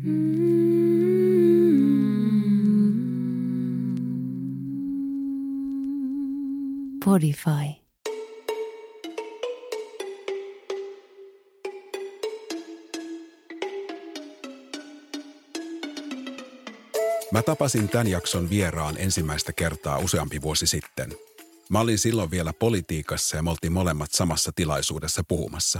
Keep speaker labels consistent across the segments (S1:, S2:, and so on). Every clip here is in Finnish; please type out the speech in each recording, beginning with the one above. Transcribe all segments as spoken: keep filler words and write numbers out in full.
S1: Podify.
S2: Mä tapasin tämän jakson vieraan ensimmäistä kertaa useampi vuosi sitten. Mä olin silloin vielä politiikassa ja me oltiin molemmat samassa tilaisuudessa puhumassa.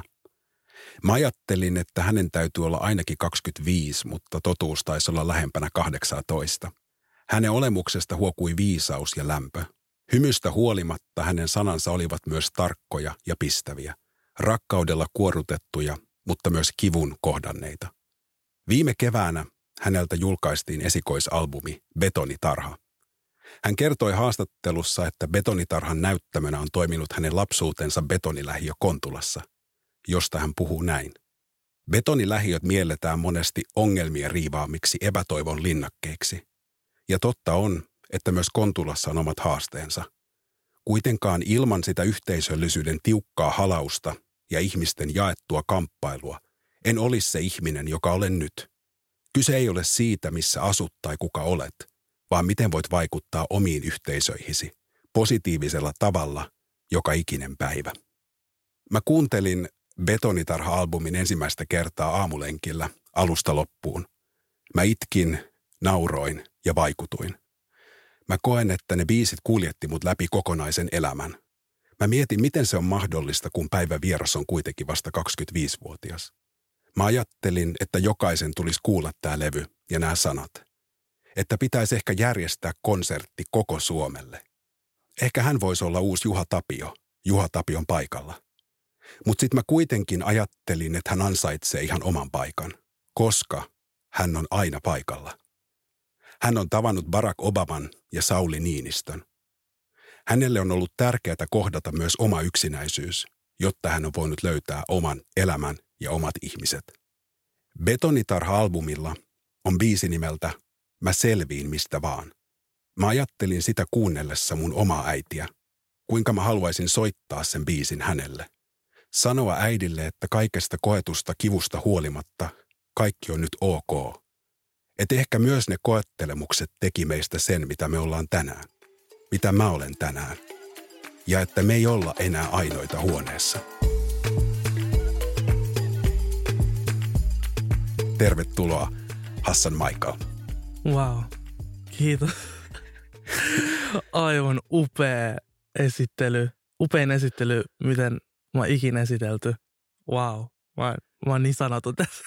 S2: Mä ajattelin, että hänen täytyy olla ainakin kaksikymmentäviisi, mutta totuus taisi olla lähempänä kahdeksantoista. Hänen olemuksesta huokui viisaus ja lämpö. Hymystä huolimatta hänen sanansa olivat myös tarkkoja ja pistäviä, rakkaudella kuorutettuja, mutta myös kivun kohdanneita. Viime keväänä häneltä julkaistiin esikoisalbumi Betonitarha. Hän kertoi haastattelussa, että Betonitarhan näyttämönä on toiminut hänen lapsuutensa betonilähiö Kontulassa, josta hän puhuu näin. Betonilähiöt mielletään monesti ongelmien riivaamiksi epätoivon linnakkeiksi. Ja totta on, että myös Kontulassa on omat haasteensa. Kuitenkaan ilman sitä yhteisöllisyyden tiukkaa halausta ja ihmisten jaettua kamppailua en olisi se ihminen, joka olen nyt. Kyse ei ole siitä, missä asut tai kuka olet, vaan miten voit vaikuttaa omiin yhteisöihisi positiivisella tavalla joka ikinen päivä. Mä kuuntelin Betonitarha-albumin ensimmäistä kertaa aamulenkillä alusta loppuun. Mä itkin, nauroin ja vaikutuin. Mä koen, että ne biisit kuljetti mut läpi kokonaisen elämän. Mä mietin, miten se on mahdollista, kun päivä vieras on kuitenkin vasta kaksikymmentäviisivuotias. Mä ajattelin, että jokaisen tulisi kuulla tää levy ja nämä sanat. Että pitäisi ehkä järjestää konsertti koko Suomelle. Ehkä hän voisi olla uusi Juha Tapio, Juha Tapion paikalla. Mutta sitten mä kuitenkin ajattelin, että hän ansaitsee ihan oman paikan, koska hän on aina paikalla. Hän on tavannut Barack Obaman ja Sauli Niinistön. Hänelle on ollut tärkeää kohdata myös oma yksinäisyys, jotta hän on voinut löytää oman elämän ja omat ihmiset. Betonitarha-albumilla on biisi nimeltä Mä selviin mistä vaan. Mä ajattelin sitä kuunnellessa mun omaa äitiä, kuinka mä haluaisin soittaa sen biisin hänelle. Sanoa äidille, että kaikesta koetusta kivusta huolimatta kaikki on nyt ok. Että ehkä myös ne koettelemukset teki meistä sen, mitä me ollaan tänään. Mitä mä olen tänään. Ja että me ei olla enää ainoita huoneessa. Tervetuloa, Hassan Michael.
S3: Wow, kiitos. Aivan upea esittely. Upein esittely, miten mä oon ikinä esitelty. Wow, mä, mä oon niin sanaton tässä.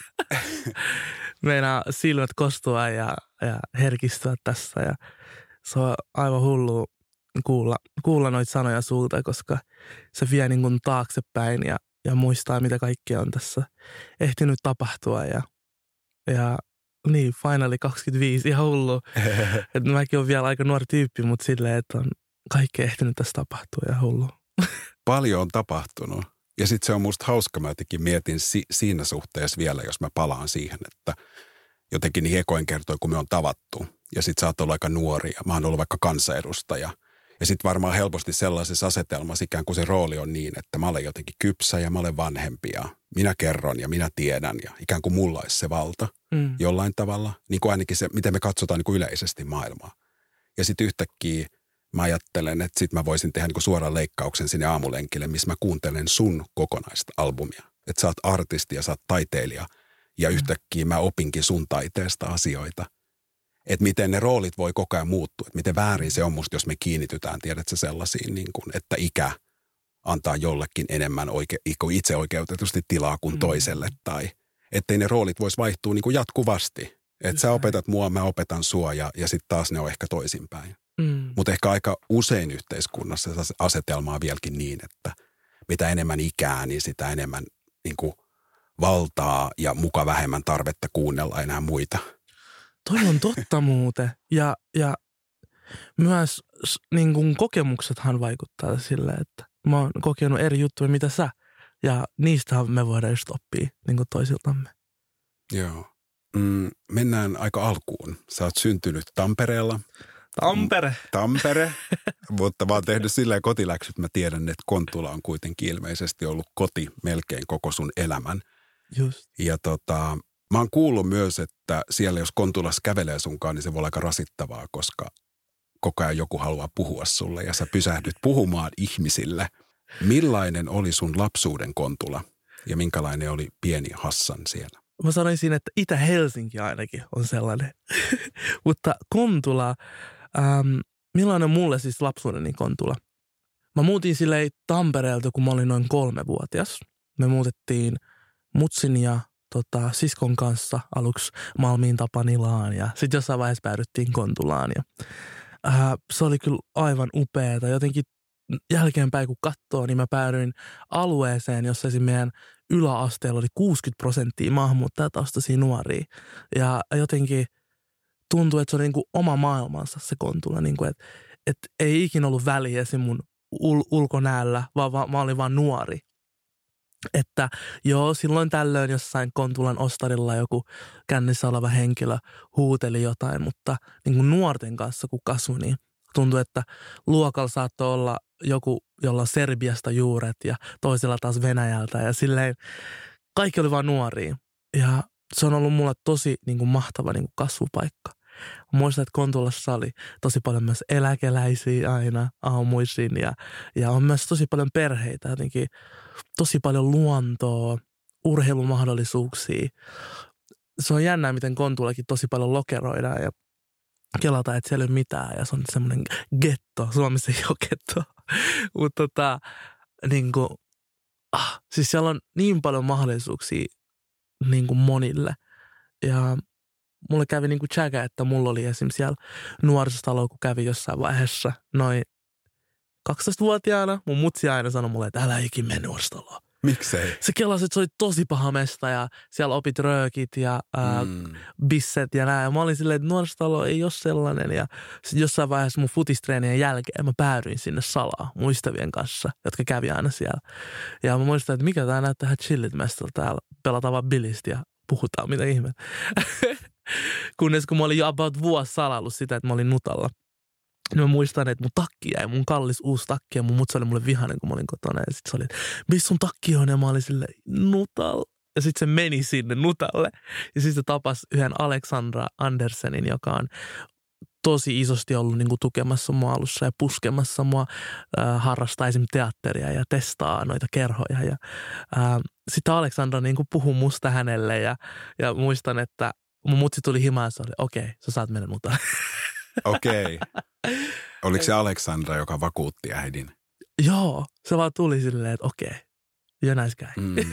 S3: Meinaa silmät kostua ja, ja herkistyä tässä. Ja se on aivan hullu kuulla, kuulla noita sanoja sulta, koska se vie niin kuin taaksepäin ja, ja muistaa, mitä kaikkea on tässä ehtinyt tapahtua. Ja, ja niin, finally kaksikymmentäviisi, ihan hullu. Että mäkin olen vielä aika nuori tyyppi, mutta silleen, että on kaikkea ehtinyt tässä tapahtua ja hullu.
S2: Paljon on tapahtunut. Ja sitten se on musta hauska, mä jotenkin mietin si- siinä suhteessa vielä, jos mä palaan siihen, että jotenkin niin ekoin kertoi, kun me on tavattu. Ja sit sä oot ollut aika nuori ja mä oon ollut vaikka kansanedustaja. Ja sit varmaan helposti sellaisessa asetelmassa ikään kuin se rooli on niin, että mä olen jotenkin kypsä ja mä olen vanhempi ja minä kerron ja minä tiedän ja ikään kuin mulla olisi se valta mm. jollain tavalla. Niin kuin ainakin se, miten me katsotaan niin kuin yleisesti maailmaa. Ja sit yhtäkkiä mä ajattelen, että sit mä voisin tehdä niin kuin suoran leikkauksen sinne aamulenkille, missä mä kuuntelen sun kokonaista albumia. Että sä oot artisti ja sä oot taiteilija ja yhtäkkiä mä opinkin sun taiteesta asioita. Että miten ne roolit voi koko ajan muuttua. Että miten väärin se on musta, jos me kiinnitytään, tiedätkö, sellaisiin, niin kuin, että ikä antaa jollekin enemmän oike- itse oikeutetusti tilaa kuin toiselle. Mm. Tai ettei ne roolit vois vaihtua niin kuin jatkuvasti. Että sä opetat mua, mä opetan sua ja, ja sitten taas ne on ehkä toisinpäin. Mm. Mutta ehkä aika usein yhteiskunnassa asetelma on vieläkin niin, että mitä enemmän ikää, niin sitä enemmän niin kuin valtaa ja muka vähemmän tarvetta kuunnella enää muita.
S3: Toi on totta muuten. Ja, ja myös niin kuin kokemuksethan vaikuttaa silleen, että mä oon kokenut eri juttuja, mitä sä. Ja niistähän me voidaan just oppia niin kuin toisiltamme.
S2: Joo. Mm, mennään aika alkuun. Sä oot syntynyt Tampereella.
S3: Tampere.
S2: Tampere, mutta mä oon tehnyt silleen kotiläksyt. Mä tiedän, että Kontula on kuitenkin ilmeisesti ollut koti melkein koko sun elämän.
S3: Just.
S2: Ja tota, Mä oon kuullut myös, että siellä jos Kontulas kävelee sunkaan, niin se voi olla aika rasittavaa, koska koko ajan joku haluaa puhua sulle ja sä pysähdyt puhumaan ihmisille. Millainen oli sun lapsuuden Kontula ja minkälainen oli pieni Hassan siellä?
S3: Mä sanoisin, että Itä-Helsinki ainakin on sellainen. Mutta Kontula, ähm, millainen mulle siis lapsuudeni Kontula? Mä muutin silleen Tampereelta, kun mä olin noin kolmevuotias. Me muutettiin mutsin ja tota, siskon kanssa aluksi Malmiin Tapanilaan ja sitten jossain vaiheessa päädyttiin Kontulaan. Ja, äh, se oli kyllä aivan upeata. Jotenkin jälkeenpäin kun katsoo, niin mä päädyin alueeseen, jossa esim. Meidän yläasteella oli kuusikymmentä prosenttia maahanmuuttajataustaisia nuoria. Ja jotenkin tuntui, että se oli niin kuin oma maailmansa se Kontula. Niin kuin, että, että ei ikinä ollut väliä esim. Mun ul- ulkonäällä, vaan, vaan mä olin vaan nuori. Että joo, silloin tällöin jossain Kontulan ostarilla joku kännissä oleva henkilö huuteli jotain, mutta niin kuin nuorten kanssa kun kasvoi, niin tuntui, että luokalla saattoi olla joku, jolla on Serbiasta juuret ja toisella taas Venäjältä ja silleen kaikki oli vaan nuoria. Ja se on ollut mulle tosi niin kuin mahtava niin kuin kasvupaikka. Muistan, että Kontulassa oli tosi paljon myös eläkeläisiä aina aamuisin ja, ja on myös tosi paljon perheitä, jotenkin tosi paljon luontoa, urheilumahdollisuuksia. Se on jännää, miten Kontulakin tosi paljon lokeroidaan ja kelataan, että siellä ei ole mitään ja se on semmoinen getto. Suomessa ei ole getto, mutta tota, niin kuin, ah, siis siellä on niin paljon mahdollisuuksia niin kuin monille ja mulle kävi niin kuin tsäkä, että mulla oli esimerkiksi siellä nuorisostalo, kun kävi jossain vaiheessa noin kaksitoistavuotiaana. Mun mutsi aina sanoi mulle, että älä ikin mene nuorisostaloon.
S2: Miksei?
S3: Se kelasi, että se oli tosi paha mesta ja siellä opit röökit ja ää, mm. bisset ja näin. Ja mä olin silleen, että nuorisostalo ei ole sellainen. Ja sitten jossain vaiheessa mun futistreenien jälkeen mä päädyin sinne salaa mun ystävien kanssa, jotka kävi aina siellä. Ja mä muistan, että mikä tää näyttää ihan chillit mestalta täällä. Pelataan vaan bilistä ja puhutaan mitä ihme. Kunnes kun mä olin jo about vuosi salaillut sitä, että mä olin nutalla. Niin mä muistan, että mun takki jäi, mun kallis uusi takki ja mun mutsi oli mulle vihainen, kun mä olin kotona. Ja sit se oli, että missä sun takki on? Ja mä olin silleen, nutalla. Ja sit se meni sinne nutalle. Ja sitten se tapasi yhden Alexandra Andersenin, joka on tosi isosti ollut niin kuin tukemassa mua alussa ja puskemassa mua äh, harrastaa esimerkiksi teatteria ja testaa noita kerhoja. Ja äh, sitten Alexandra niin kuin puhui musta hänelle ja, ja muistan, että mun mutsi tuli himaan ja se oli, okei, okay, sä saat mennä nutalle.
S2: Okei. Okay. Oliko se Alexandra, joka vakuutti äidin?
S3: Joo, se vaan tuli silleen, että okei, okay, jönäiskäin. Mm.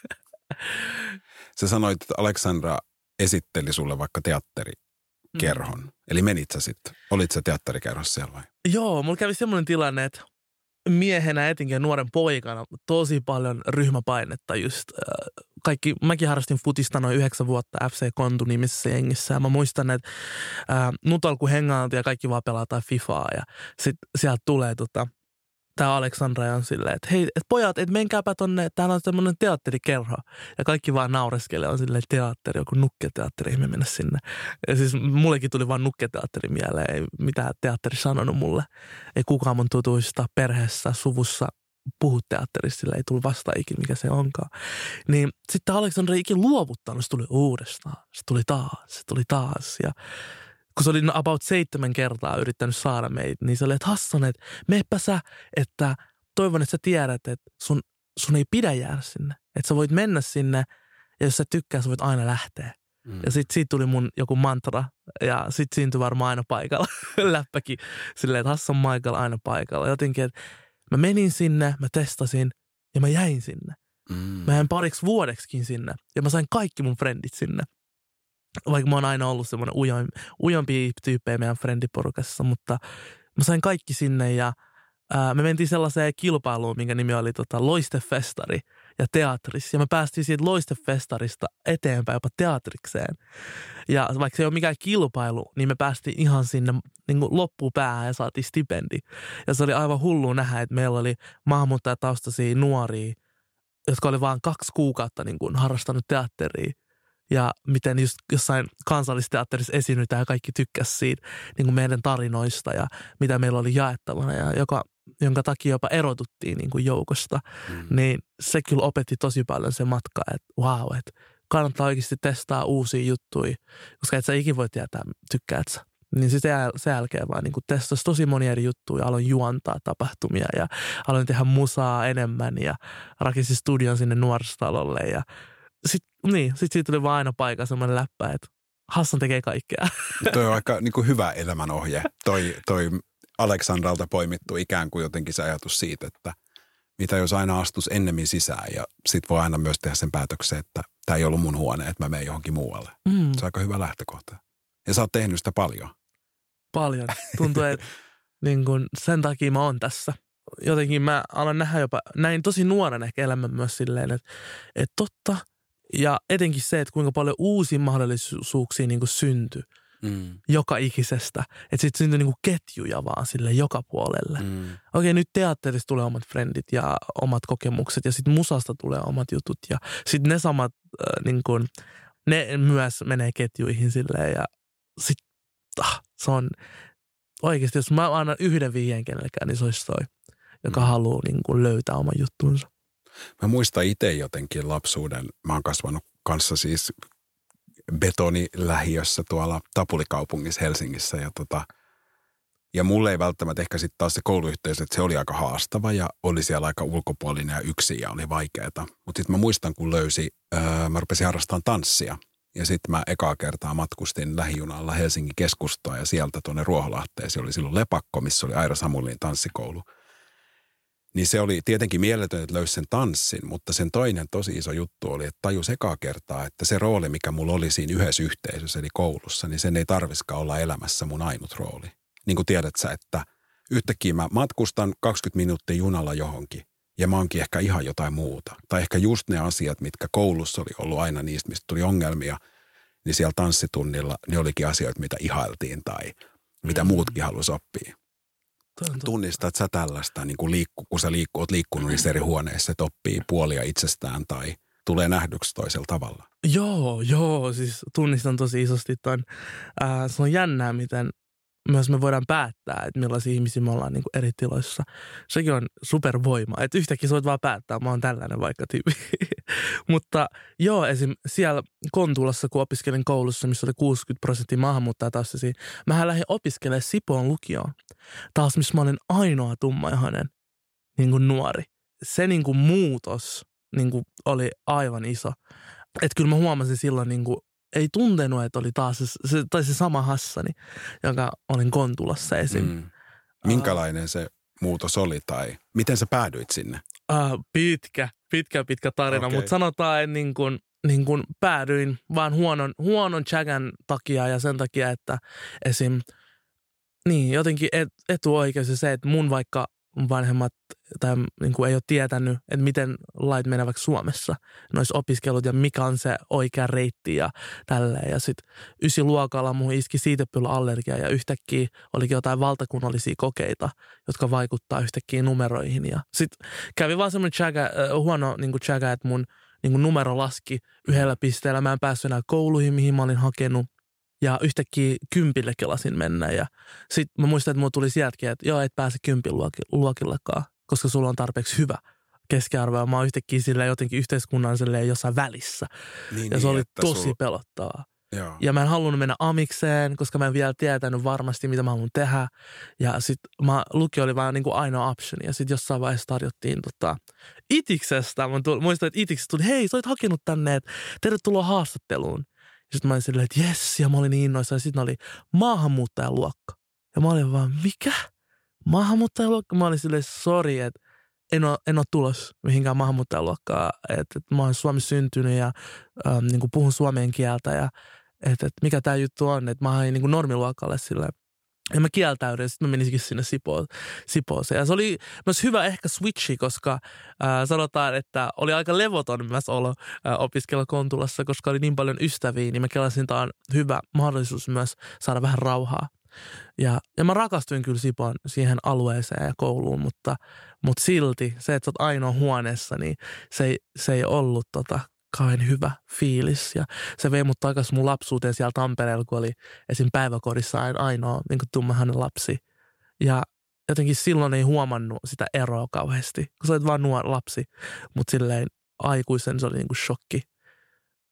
S2: Sä sanoit, että Alexandra esitteli sulle vaikka teatterikerhon. Mm. Eli menit sä sitten? Olit sä teatterikerhossa siellä vai?
S3: Joo, mulla kävi semmoinen tilanne, että miehenä etenkin nuoren poikana tosi paljon ryhmäpainetta just. Kaikki, mäkin harrastin futista noin yhdeksän vuotta F C Kontu nimisessä jengissä ja mä muistan, että ää, nutalla kun hengaantiin ja kaikki vaan pelataan Fifaa ja sit sieltä tulee tota, tää Alexandra on silleen, että hei, et pojat, et menkääpä tonne, täällä on semmoinen teatterikerho. Ja kaikki vaan naureskelee, on silleen teatteri, joku nukketeatteri, ei me mennä sinne. Ja siis mullekin tuli vaan nukketeatteri mieleen, ei mitään teatteri sanonut mulle. Ei kukaan mun tutuista perheessä, suvussa puhu teatterista, sillä ei tullut vastaan ikinä, mikä se onkaan. Niin sitten Alexandra ei ikinä luovuttanut, se tuli uudestaan, se tuli taas, se tuli taas ja kun se oli about seitsemän kertaa yrittänyt saada meitä, niin se oli, että Hassan, että meepä sä, että toivon, että sä tiedät, että sun, sun ei pidä jäädä sinne. Että sä voit mennä sinne ja jos sä tykkää, sä voit aina lähteä. Mm. Ja sit siitä tuli mun joku mantra ja sit syntyi varmaan aina paikalla. Läppäkin silleen, että Hassan Michael aina paikalla. Jotenkin, että mä menin sinne, mä testasin ja mä jäin sinne. Mm. Mä jäin pariksi vuodeksikin sinne ja mä sain kaikki mun frendit sinne. Vaikka mä oon aina ollut semmoinen ujoin, ujompi tyyppejä meidän frendiporukassa, mutta mä sain kaikki sinne ja ää, me mentiin sellaiseen kilpailuun, minkä nimi oli tota, Loistefestari ja teatris. Ja me päästiin siitä Loistefestarista eteenpäin jopa teatrikseen. Ja vaikka se ei ole mikään kilpailu, niin me päästiin ihan sinne niin kuin loppupäähän ja saatiin stipendi. Ja se oli aivan hullua nähdä, että meillä oli maahanmuuttajataustaisia nuoria, jotka oli vaan kaksi kuukautta niin kuin harrastanut teatteria. Ja miten just jossain kansallisteatterissa esiinnytään ja kaikki tykkäsivät siitä niin kuin meidän tarinoista ja mitä meillä oli jaettavana ja joka, jonka takia jopa erotuttiin niin kuin joukosta. Mm. Niin se kyllä opetti tosi paljon se matka, että wow, että kannattaa oikeasti testaa uusia juttuja, koska et sä ikin voi tietää, tykkäät sä. Niin sitten sen jälkeen vaan niin testasi tosi monia eri juttuja. Aloin juontaa tapahtumia ja aloin tehdä musaa enemmän ja rakensin studion sinne nuorisotalolle. Ja sitten niin, sit siitä tuli vaan aina paikka semmoinen läppä, että Hassan tekee kaikkea.
S2: Toi on aika niin kuin hyvä elämänohje. Toi, toi Aleksandralta poimittu ikään kuin jotenkin se ajatus siitä, että mitä jos aina astus ennemmin sisään ja sit voi aina myös tehdä sen päätöksen, että tämä ei ollut mun huone, että mä menen johonkin muualle. Mm. Se on aika hyvä lähtökohta. Ja sä oot tehnyt sitä paljon. Paljon. Tuntuu, että
S3: niin kun sen takia mä oon tässä. Jotenkin mä alan nähdä jopa, näin tosi nuoren ehkä elämän myös silleen, että, että totta. Ja etenkin se, että kuinka paljon uusia mahdollisuuksia niin kuin syntyi mm. joka ikisestä. Että sitten syntyi niin kuin ketjuja vaan sille joka puolelle. Mm. Okei, nyt teatterista tulee omat frendit ja omat kokemukset ja sitten musasta tulee omat jutut. Ja sitten ne samat, äh, niin kuin, ne myös menee ketjuihin silleen ja sitten ah, se on oikeasti, jos mä annan yhden vihjeen kenellekään, niin se olisi toi, joka mm. haluaa niin kuin löytää oman juttunsa.
S2: Mä muistan itse jotenkin lapsuuden, mä oon kasvanut kanssa siis betonilähiössä tuolla Tapulikaupungissa Helsingissä ja tota, ja mulle ei välttämättä ehkä sitten taas se kouluyhteisö, että se oli aika haastava ja oli siellä aika ulkopuolinen ja yksin ja oli vaikeeta. Mutta sitten mä muistan, kun löysi, öö, mä rupesin harrastamaan tanssia ja sitten mä ekaa kertaa matkustin lähijunalla Helsingin keskustaan ja sieltä tuonne Ruoholahteen. Se oli silloin Lepakko, missä oli Aira Samulin tanssikoulu. Niin se oli tietenkin mieletön, että löysi sen tanssin, mutta sen toinen tosi iso juttu oli, että tajus ekaa kertaa, että se rooli, mikä mulla oli siinä yhdessä yhteisössä, eli koulussa, niin sen ei tarviskaan olla elämässä mun ainut rooli. Niin kuin tiedät sä, että yhtäkkiä mä matkustan kaksikymmentä minuuttia junalla johonkin ja mä oonkin ehkä ihan jotain muuta. Tai ehkä just ne asiat, mitkä koulussa oli ollut aina niistä, mistä tuli ongelmia, niin siellä tanssitunnilla ne olikin asioita, mitä ihailtiin tai mitä muutkin halusi oppia. Tunnistat sä tällaista, niin kuin liikku, kun sä liikku, oot liikkunut niissä eri huoneissa, että oppii puolia itsestään tai tulee nähdyksi toisella tavalla?
S3: Joo, joo, siis tunnistan tosi isosti ton. Äh, se on jännää, miten myös me voidaan päättää, että millaisia ihmisiä me ollaan niin kuin eri tiloissa. Sekin on supervoima, että yhtäkkiä sä voit vaan päättää, mä oon tällainen vaikka tyyppi. Mutta joo, esim. Siellä Kontulassa, kun opiskelin koulussa, missä oli kuusikymmentä prosenttia maahanmuuttajataustaisia, mähän lähdin opiskelemaan Sipoon lukioon. Taas, missä mä olin ainoa tummaihoinen niin kuin nuori. Se niin kuin muutos niin kuin oli aivan iso. Että kyllä mä huomasin silloin niin kuin ei tuntenut, että oli taas se, se, tai se sama Hassani, jonka olin Kontulassa esim. Mm.
S2: Minkälainen uh, se muutos oli tai miten sä päädyit sinne?
S3: Uh, pitkä, pitkä, pitkä tarina, okay. Mutta sanotaan, että niin kun, niin kun päädyin vaan huonon, huonon chagan takia ja sen takia, että esim. Niin, jotenkin et, etuoikeus ja se, että mun vaikka vanhemmat tai niin kuin ei ole tietänyt, että miten lait menevät Suomessa. Ne olisi opiskellut ja mikä on se oikea reitti ja tälleen. Ja sitten ysiluokalla mun iski siitepyllyallergia ja yhtäkkiä olikin jotain valtakunnallisia kokeita, jotka vaikuttaa yhtäkkiä numeroihin. Ja sitten kävi vaan semmoinen chaga, äh, huono niin kuin chaga, että mun niin kuin numero laski yhdellä pisteellä. Mä en päässyt enää kouluihin, mihin mä olin hakenut. Ja yhtäkkiä kympille kelasin mennä ja sitten mä muistan, että mulla tuli sieltäkin, että joo, et pääse kympin luokillekaan, koska sulla on tarpeeksi hyvä keskiarvo. Ja mä oon yhtäkkiä silleen jotenkin yhteiskunnan silleen jossain välissä. Niin, ja se niin, oli tosi sul... pelottavaa. Joo. Ja mä en halunnut mennä amikseen, koska mä en vielä tietänyt varmasti, mitä mä haluan tehdä. Ja sitten lukio oli vaan niin kuin ainoa option. Ja sitten jossain vaiheessa tarjottiin tota, Itiksestä. Mä muistan, että Itiksestä tuli, hei, sä olit hakenut tänne, että tervetuloa haastatteluun. Sitten mä olin silleen, että jes, ja mä olin niin innoissaan. Ja sitten oli maahanmuuttajaluokka. Ja mä olin vaan, mikä? Maahanmuuttajaluokka? Mä olin silleen, sori, että en ole, en ole tulos mihinkään maahanmuuttajaluokkaan. Että, että mä olen Suomessa syntynyt ja ähm, niin kuin puhun suomen kieltä. Ja että, että mikä tämä juttu on, että mä hain niin kuin normiluokalle silleen. Ja mä kieltäydyin, sitten mä menisinkin sinne Sipo, Sipooseen. Ja se oli myös hyvä ehkä switchi, koska ää, sanotaan, että oli aika levoton myös olo ää, opiskella Kontulassa, koska oli niin paljon ystäviä, niin mä kelasin, että on hyvä mahdollisuus myös saada vähän rauhaa. Ja, ja mä rakastuin kyllä Sipoon siihen alueeseen ja kouluun, mutta, mutta silti se, että sä oot ainoa huoneessa, niin se ei, se ei ollut tota kauhean hyvä fiilis. Ja se vei mut takaisin mun lapsuuteen siellä Tampereella, kun oli esim. Päiväkodissa ainoa niin kuin tummahainen lapsi. Ja jotenkin silloin ei huomannut sitä eroa kauheasti, kun sä olet vaan nuori lapsi. Mutta silleen aikuisen se oli niin kuin shokki.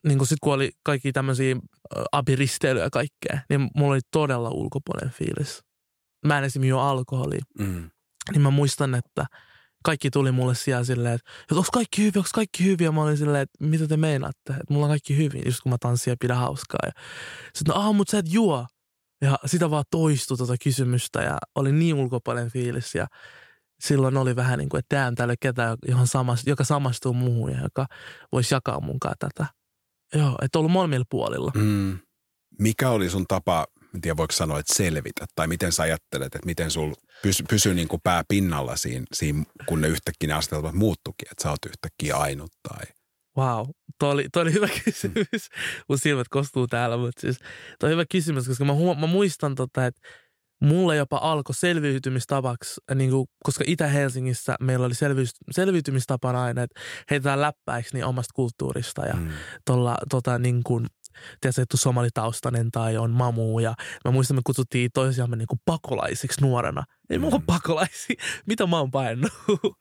S3: niin kuin sit kun oli kaikki tämmöisiä abiristeilyjä ja kaikkea, niin mulla oli todella ulkopuolinen fiilis. Mä en esimerkiksi juo alkoholia. Mm. Niin mä muistan, että kaikki tuli mulle siellä silleen, että onko kaikki hyviä, onko kaikki hyviä? Mä olin silleen, että mitä te meinaatte? Että mulla on kaikki hyvin, just kun mä tanssin ja pidän hauskaa. Ja sitten, aha, mutta sä et juo. Ja sitä vaan toistui tota kysymystä ja oli niin ulkopuolinen fiilis. Ja silloin oli vähän niin kuin, että täällä täällä ketään, johon samas, joka samastuu muuhun ja joka voisi jakaa munkaan tätä. Joo, että ollut molemmilla puolilla.
S2: Mm. Mikä oli sun tapa, en tiedä voiko sanoa, että selvitä, tai miten sä ajattelet, että miten sul pysy, pysy niin kuin pää pinnalla siinä, siinä, kun ne yhtäkkiä ne asetelmat muuttukin, että sä oot yhtäkkiä ainut tai...
S3: Vau, wow. toi oli, toi oli hyvä kysymys. Mun silmät kostuu täällä, mutta siis toi on hyvä kysymys, koska mä, huom- mä muistan tota, että mulle jopa alkoi selviytymistavaksi, niin kuin, koska Itä-Helsingissä meillä oli selvy- selviytymistapana aina, että heitetään läppäiksi niin omasta kulttuurista ja mm. tuolla tota, niin kuin, tiedätkö, että somalitaustainen tai on mamu ja mä muistan, me kutsuttiin toisiamme niin kuin pakolaisiksi nuorena. Ei mm. mulla ole pakolaisia, mitä mä oon painut. uh,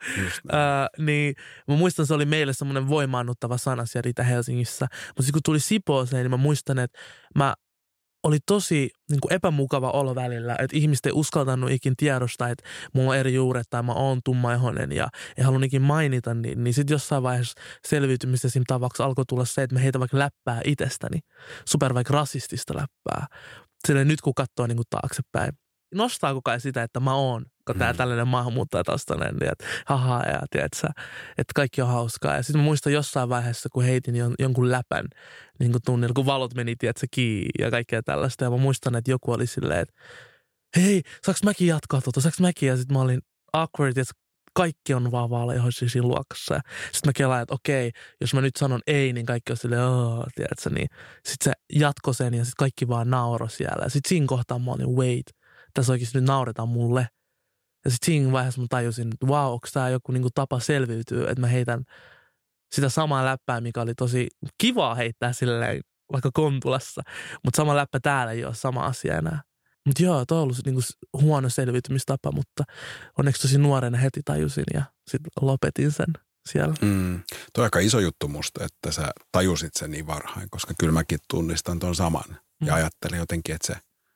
S3: niin mä muistan, se oli meille semmoinen voimaannuttava sana siellä Itä-Helsingissä. Mutta kun tuli Sipooseen, niin mä muistan, että mä oli tosi niin kuin epämukava olo välillä, että ihmiset ei uskaltanut ikin tiedostaa, että mulla on eri juuret tai mä oon tummaihoinen ja ei halunnut ikin mainita, niin, niin sitten jossain vaiheessa selviytymistä siinä tavaksi alkoi tulla se, että mä heitän vaikka läppää itsestäni, super vaikka rasistista läppää. Silleen nyt kun katsoo niin kuin taaksepäin. Nostaa koko ajan sitä, että mä oon, kun tää mm. tällainen maahanmuuttajataustainen, niin että haha ja tiedätkö, että kaikki on hauskaa. Ja sitten mä muistan jossain vaiheessa, kun heitin jon, jonkun läpän niin kuin tunnilla, kun valot meni, tiedätkö, kiinni ja kaikkea tällaista. Ja mä muistan, että joku oli silleen, että hei, saaks mäkin jatkaa tuota, saaks mäkin? Ja sitten mä olin awkward, että kaikki on vaan vaaleahoisia siinä luokassa. Sitten mä kelaan, että okei, jos mä nyt sanon ei, niin kaikki on silleen, ooo, tiedätkö, niin sitten se jatkoi sen ja sitten kaikki vaan nauroi siellä. Ja sitten siinä kohtaa mä olin, wait, tässä oikeasti nyt nauretaan mulle. Ja sitten siinä vaiheessa mä tajusin, että vau, wow, onko tämä joku niinku tapa selviytyä, että mä heitän sitä samaa läppää, mikä oli tosi kivaa heittää silleen vaikka Kontulassa. Mutta sama läppä täällä ei ole sama asia enää. Mutta joo, toi on ollut niinku huono selviytymistapa, mutta onneksi tosi nuorena heti tajusin ja sitten lopetin sen siellä.
S2: Mm. Toi on aika iso juttu musta, että sä tajusit sen niin varhain, koska kyllä mäkin tunnistan ton saman. Mm. Ja ajattelin jotenkin, että se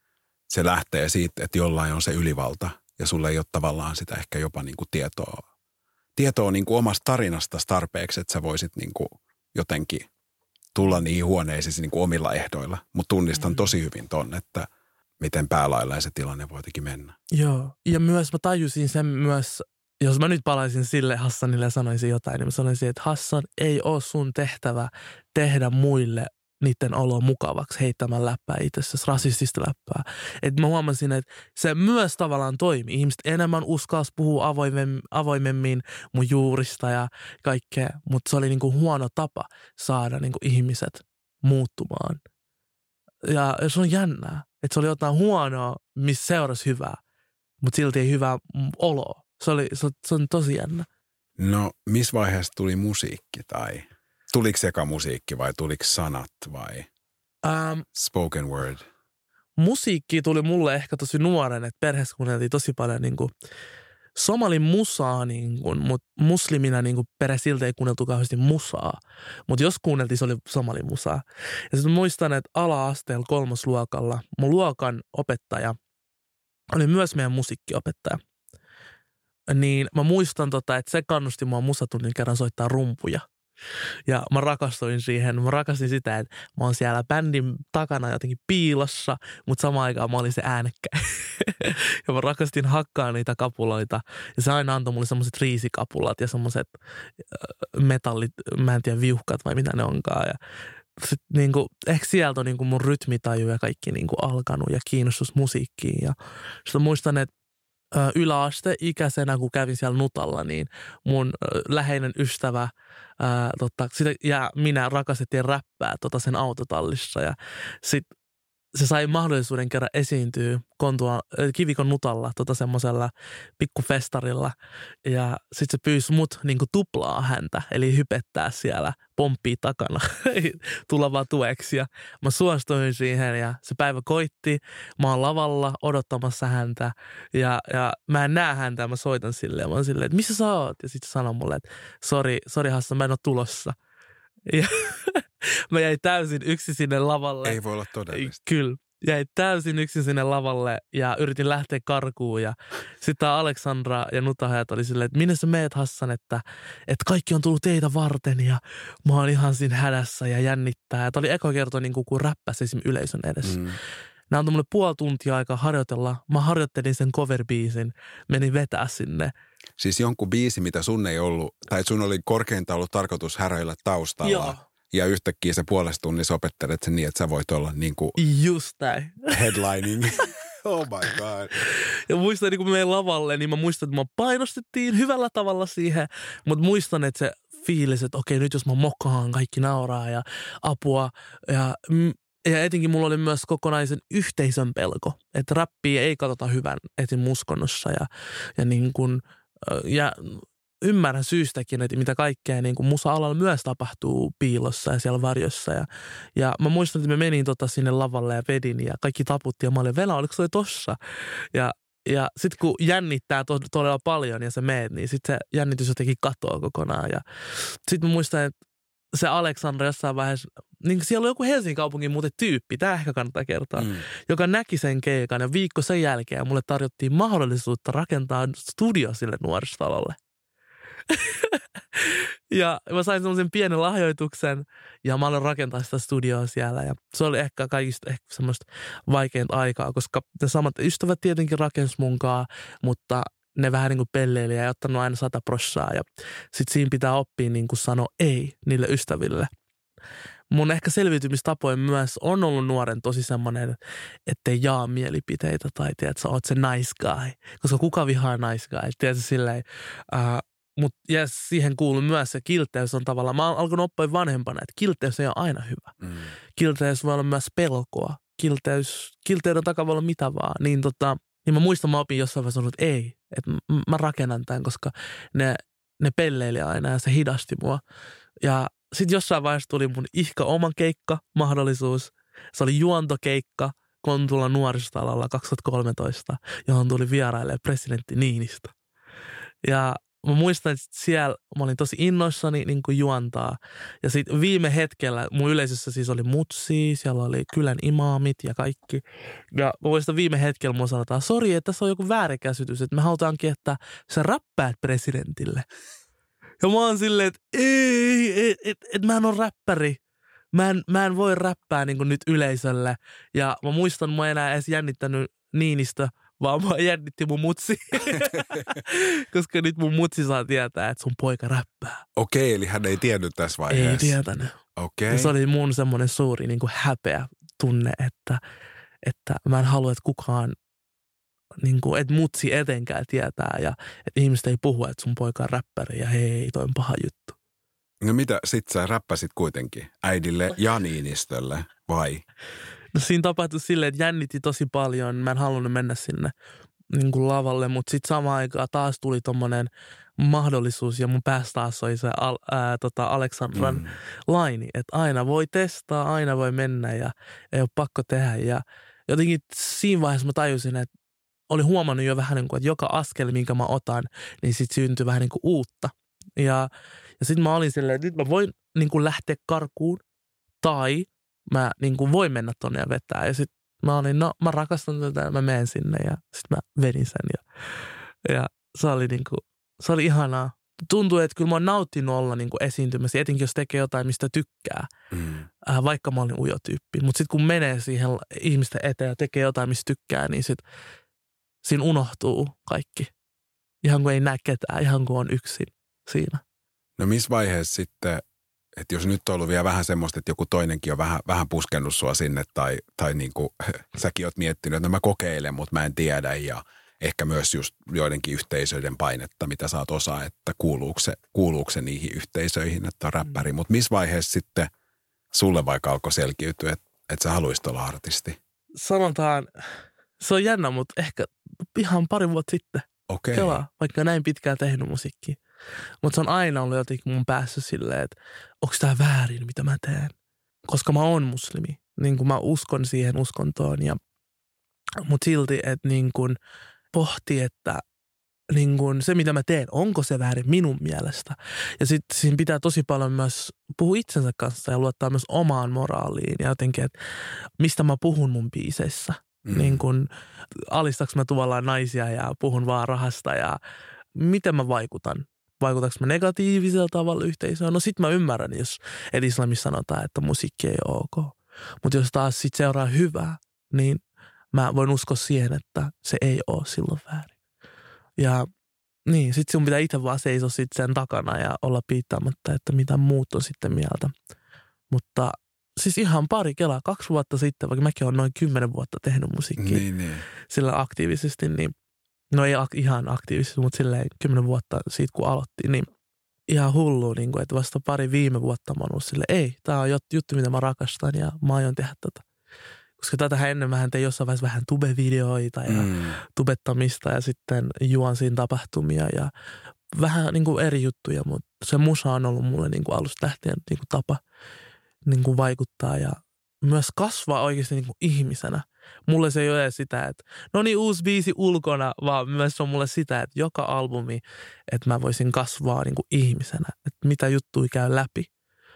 S2: Se lähtee siitä, että jollain on se ylivalta ja sulla ei ole tavallaan sitä ehkä jopa niin kuin tietoa, tietoa niin kuin omasta tarinasta tarpeeksi, että sä voisit niin kuin jotenkin tulla niihin huoneisiin niin kuin omilla ehdoilla. Mutta tunnistan mm. tosi hyvin ton, että miten päälailla se tilanne voi jotenkin mennä.
S3: Joo, ja myös mä tajusin sen myös, jos mä nyt palaisin sille Hassanille ja sanoisin jotain, niin mä sanoisin, että Hassan, ei ole sun tehtävä tehdä muille niiden olo mukavaksi heittämään läppää itsessä, rasistista läppää. Että mä huomasin, että se myös tavallaan toimii. Ihmiset enemmän uskalsi puhua avoimemmin, avoimemmin mun juurista ja kaikkea, mutta se oli niinku huono tapa saada niinku ihmiset muuttumaan. Ja se on jännää, että se oli jotain huonoa, missä seurasi hyvää, mutta silti ei hyvää oloa. Se, oli, se, se on tosi jännä.
S2: No, missä vaiheessa tuli musiikki tai... Tuliko eka musiikki vai tuliko sanat vai um, spoken word?
S3: Musiikki tuli mulle ehkä tosi nuoren, että perheessä kuunneltiin tosi paljon niin kuin somalin musaa, niin kuin, mutta muslimina niin kuin perhe siltä ei kuunneltu kauheasti musaa. Mutta jos kuunneltiin, se oli somalin musaa. Ja sitten muistan, että ala-asteella kolmosluokalla mun luokan opettaja oli myös meidän musiikkiopettaja. Niin mä muistan, tota, että se kannusti mua musatunnin kerran soittaa rumpuja. Ja mä rakastuin siihen. Mä rakastin sitä, että mä oon siellä bändin takana jotenkin piilossa, mutta samaan aikaan mä olin se äänekkäin. Ja mä rakastin hakkaa niitä kapuloita. Ja se aina antoi mulle semmoiset riisikapulat ja semmoiset metallit, mä en tiedä, viuhkat vai mitä ne onkaan. Ja sit niinku, ehkä sieltä on niinku mun rytmitaju ja kaikki niinku alkanut ja kiinnostus musiikkiin. Ja sitten muistan, että yläasteikäisenä, kun kävin siellä Nutalla, niin mun läheinen ystävä ää, tota, sitä, ja minä rakastettiin räppää tota sen autotallissa. Ja sit se sai mahdollisuuden kerran esiintyä kontua, Kivikon Nutalla tota semmoisella pikkufestarilla. Ja sit se pyysi mut niinku tuplaa häntä, eli hypettää siellä pomppii takana tulevaa tueksi. Ja mä suostuin siihen ja se päivä koitti. Mä oon lavalla odottamassa häntä ja, ja mä en näe häntä ja mä soitan silleen. Ja mä oon silleen, että missä sä oot? Ja sit se sanoo mulle, että sori, sori Hassan, mä en oo tulossa. Ja Mä jäin täysin yksin sinne lavalle.
S2: Ei voi olla todellista.
S3: Kyllä. Jäin täysin yksin sinne lavalle ja yritin lähteä karkuun. Ja sitten Aleksandra ja Nutahajat oli silleen, että minne sä meet, Hassan, että, että kaikki on tullut teitä varten. Ja mä oon ihan siinä hädässä ja jännittää. Ja tämä oli eka kerta, niin kun räppäsi esimerkiksi yleisön edessä. Mm. Nämä on tämmöinen puoli tuntia aikaa harjoitella. Mä harjoittelin sen cover-biisin, menin vetää sinne.
S2: Siis jonkun biisi, mitä sun ei ollut, tai sun oli korkeinta ollut tarkoitus häröillä taustalla.
S3: Joo.
S2: Ja yhtäkkiä se puolesta tunnissa opettelet sen niin, että sä voit olla niin kuin
S3: just näin.
S2: Headlining. Oh my god.
S3: Ja muistan, niin kun me menin lavalle, niin mä muistan, että mä painostettiin hyvällä tavalla siihen. Mutta muistan, että se fiilis, että okei, nyt jos mä mokaan, kaikki nauraa ja apua. Ja, ja etenkin mulla oli myös kokonaisen yhteisön pelko. Että räppiä ei katsota hyvän etin uskonnossa. Ja, ja niin kun, ja ymmärrän syystäkin, että mitä kaikkea niin kuin musa-alalla myös tapahtuu piilossa ja siellä varjossa. Ja, ja mä muistan, että mä menin tota sinne lavalle ja vedin ja kaikki taputti ja mä olin, Vela, oliko se tossa? Ja, ja sitten kun jännittää to- todella paljon ja sä meet, niin sitten se jännitys jotenkin katoaa kokonaan. Ja sitten mä muistan, että se Aleksandra jossain vaiheessa, niin siellä oli joku Helsingin kaupungin muuten tyyppi, tämä ehkä kannattaa kertoa, mm. joka näki sen keikan ja viikko sen jälkeen mulle tarjottiin mahdollisuutta rakentaa studio sille nuorisotalolle. Ja mä sain semmoisen pienen lahjoituksen ja mä aloin rakentaa sitä studioa siellä ja se oli ehkä kaikista ehkä semmoista vaikeinta aikaa, koska ne samat ystävät tietenkin rakensi munkaan, mutta ne vähän niin kuin pelleili ja ei ottanut aina sata prossaa ja sit siinä pitää oppia niin kuin sanoa ei niille ystäville. Mun ehkä selviytymistapoin myös on ollut nuoren tosi semmoinen, ettei jaa mielipiteitä tai tiedät, sä oot se nice guy, koska kuka vihaa nice guy, tiedät silleen, uh, mutta ja siihen kuuluu myös se kilteys on tavallaan, mä oon alkanut oppia vanhempana, että kilteys ei ole aina hyvä. Mm. Kilteys voi olla myös pelkoa. Kilteys, kilteyden takaa voi olla mitä vaan. Niin, tota, niin mä muistan, mä opin jossain vaiheessa, että ei, että mä rakennan tämän, koska ne, ne pelleili aina ja se hidasti mua. Ja sitten jossain vaiheessa tuli mun ihka oman keikka mahdollisuus. Se oli juontokeikka Kontulan nuorisotalolla kaksituhattakolmetoista, johon tuli vieraille presidentti Niinistö. Ja mä muistan, että siellä mä olin tosi innoissani niin kuin juontaa. Ja sitten viime hetkellä mun yleisössä siis oli mutsi, siellä oli kylän imaamit ja kaikki. Ja mä muistan viime hetkellä mun sanotaan, sori, että tässä on joku väärinkäsitys, että me halutaankin, että sä räppäät presidentille. Ja mä oon silleen, että ei, et, et, et mä en ole räppäri. Mä en, mä en voi räppää niin kuin nyt yleisölle. Ja mä muistan, mä en enää edes jännittänyt Niinistö, vaan mä jännitti mun mutsi. Koska nyt mun mutsi saa tietää, että sun poika räppää.
S2: Okei, eli hän ei tiennyt tässä vaiheessa.
S3: Ei tietänyt.
S2: Okei.
S3: Ja se oli mun semmoinen suuri niin kuin häpeä tunne, että, että mä en halua, että kukaan, niin kuin, että mutsi etenkään tietää ja että ihmiset ei puhu, että sun poika on räppäri ja hei, toi on paha juttu.
S2: No mitä, sit sä räppäsit kuitenkin äidille ja Niinistölle, vai?
S3: No siinä tapahtui silleen, että jännitti tosi paljon. Mä en halunnut mennä sinne niin kuin lavalle, mutta sitten samaan aikaan taas tuli tommonen mahdollisuus ja mun päässä taas oli se al, ää, tota Aleksandran mm. laini, että aina voi testaa, aina voi mennä ja ei ole pakko tehdä. Ja jotenkin siinä vaiheessa mä tajusin, että oli huomannut jo vähän niin kuin, että joka askel, minkä mä otan, niin sitten syntyi vähän niin kuin uutta. Ja, ja sitten mä olin silleen, että nyt mä voin niin kuin lähteä karkuun tai mä niin kuin voin mennä tonne ja vetää. Ja sitten mä olin, no mä rakastan tätä ja mä menen sinne ja sitten mä vedin sen. Ja, ja se oli niin kuin, se oli ihanaa. Tuntui, että kyllä mä oon nauttinut olla niin kuin esiintymässä, etenkin jos tekee jotain, mistä tykkää. Mm. Äh, vaikka mä olin ujo tyyppi. Mutta sitten kun menee siihen ihmisten eteen ja tekee jotain, mistä tykkää, niin sitten siinä unohtuu kaikki. Ihan kuin ei näe ketään, ihan kuin on yksin siinä.
S2: No missä vaiheessa sitten, että jos nyt on ollut vielä vähän semmoista, että joku toinenkin on vähän, vähän puskennut sua sinne tai, tai niin kuin säkin oot miettinyt, että no mä kokeilen, mutta mä en tiedä ja ehkä myös just joidenkin yhteisöiden painetta, mitä sä oot osa, että kuuluuko se, kuuluuko se niihin yhteisöihin, että on räppäri. Mutta missä vaiheessa sitten sulle vaikka alkoi selkiytyä, että, että sä haluisit olla artisti?
S3: Sanotaan, se on jännä, mutta ehkä ihan pari vuotta sitten.
S2: Okei.
S3: Kelaa, vaikka näin pitkään tehnyt musiikkia. Mutta se on aina ollut jotenkin mun päässä silleen, että onko tämä väärin, mitä mä teen. Koska mä oon muslimi. Niin kuin mä uskon siihen uskontoon. Ja, mutta silti, että niin kuin pohti, että niin kun se, mitä mä teen, onko se väärin minun mielestä. Ja sitten siinä pitää tosi paljon myös puhua itsensä kanssa ja luottaa myös omaan moraaliin ja jotenkin, että mistä mä puhun mun biiseissä. Mm. Niin kun alistaks mä tuollaan naisia ja puhun vaan rahasta ja miten mä vaikutan. Vaikutaks mä negatiivisella tavalla yhteisöön? No sit mä ymmärrän, jos eli islamissa sanotaan, että musiikki ei ole ok. Mutta jos taas sit seuraa hyvää, niin mä voin uskoa siihen, että se ei ole silloin väärin. Ja niin, sit sun pitää itse vaan seisoa sit sen takana ja olla piittaamatta, että mitä muut on sitten mieltä. Mutta siis ihan pari kelaa, kaksi vuotta sitten, vaikka mäkin olen noin kymmenen vuotta tehnyt musiikkia
S2: niin, niin.
S3: sillä aktiivisesti, niin no ei ihan aktiivisesti, mutta silleen kymmenen vuotta siitä kun aloittiin, niin ihan hullu, niin kuin, että vasta pari viime vuotta mä oon ollut silleen, ei, tää on juttu, mitä mä rakastan ja mä aion tehdä tätä. Koska tätähän ennen vähän tein jossain vaiheessa vähän tube-videoita ja mm. tubettamista ja sitten juon siinä tapahtumia ja vähän niin kuin eri juttuja, mutta se musa on ollut mulle niin kuin alusta lähtien niin kuin tapa niin kuin vaikuttaa ja myös kasvaa oikeasti niin kuin ihmisenä. Mulle se ei ole sitä, että no niin uusi biisi ulkona, vaan myös on mulle sitä, että joka albumi, että mä voisin kasvaa niin kuin ihmisenä, että mitä juttuja käy läpi.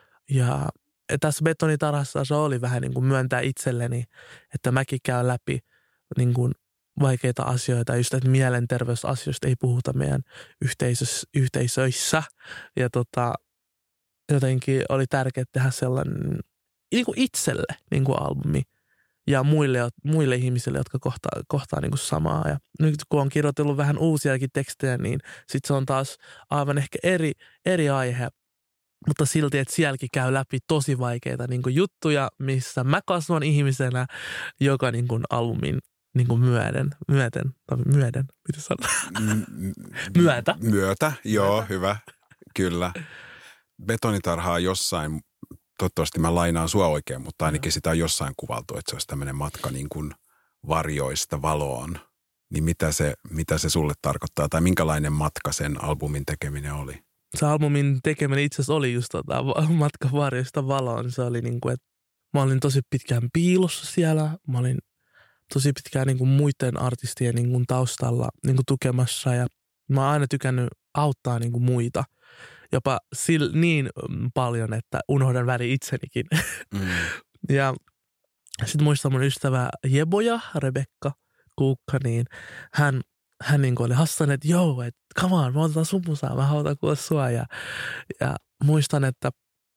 S3: Ja tässä Betonitarhassa se oli vähän niin kuin myöntää itselleni, että mäkin käyn läpi niin kuin vaikeita asioita, just että mielenterveysasioista ei puhuta meidän yhteisöissä, yhteisöissä. Ja tota, jotenkin oli tärkeää tehdä sellainen niin kuin itselle niin kuin albumi ja muille, muille ihmisille, jotka kohtaa, kohtaa niin kuin samaa. Ja nyt kun on kirjoitellut vähän uusiakin tekstejä, niin sitten se on taas aivan ehkä eri, eri aihe. Mutta silti, että sielläkin käy läpi tosi vaikeita niin kuin juttuja, missä mä kasvan ihmisenä, joka niin kuin albumin niin kuin myöden, myöten, tai myöden, mitä sanoa? Myötä.
S2: Myötä, joo,
S3: Myötä.
S2: Hyvä, kyllä. Betonitarhaa jossain, toivottavasti mä lainaan sua oikein, mutta ainakin sitä on jossain kuvaltu, että se olisi tämmöinen matka niin kuin varjoista valoon. Niin mitä se, mitä se sulle tarkoittaa, tai minkälainen matka sen albumin tekeminen oli?
S3: Se albumin tekeminen itse asiassa oli just tota, matka varjoista valoon. Se oli niin kuin, että mä olin tosi pitkään piilossa siellä. Mä olin tosi pitkään niin kuin muiden artistien niin kuin taustalla niin kuin tukemassa ja mä oon aina tykännyt auttaa niin kuin muita. Jopa sil, niin paljon, että unohdan väliin itsenikin. Mm. Ja sitten muistan mun ystävä Jeboja, Rebekka Kuukka, niin hän, hän niin kuin oli hassan, että joo, että come on, mä otetaan sun musaa, mä haluan kuulla sua. Ja, ja muistan, että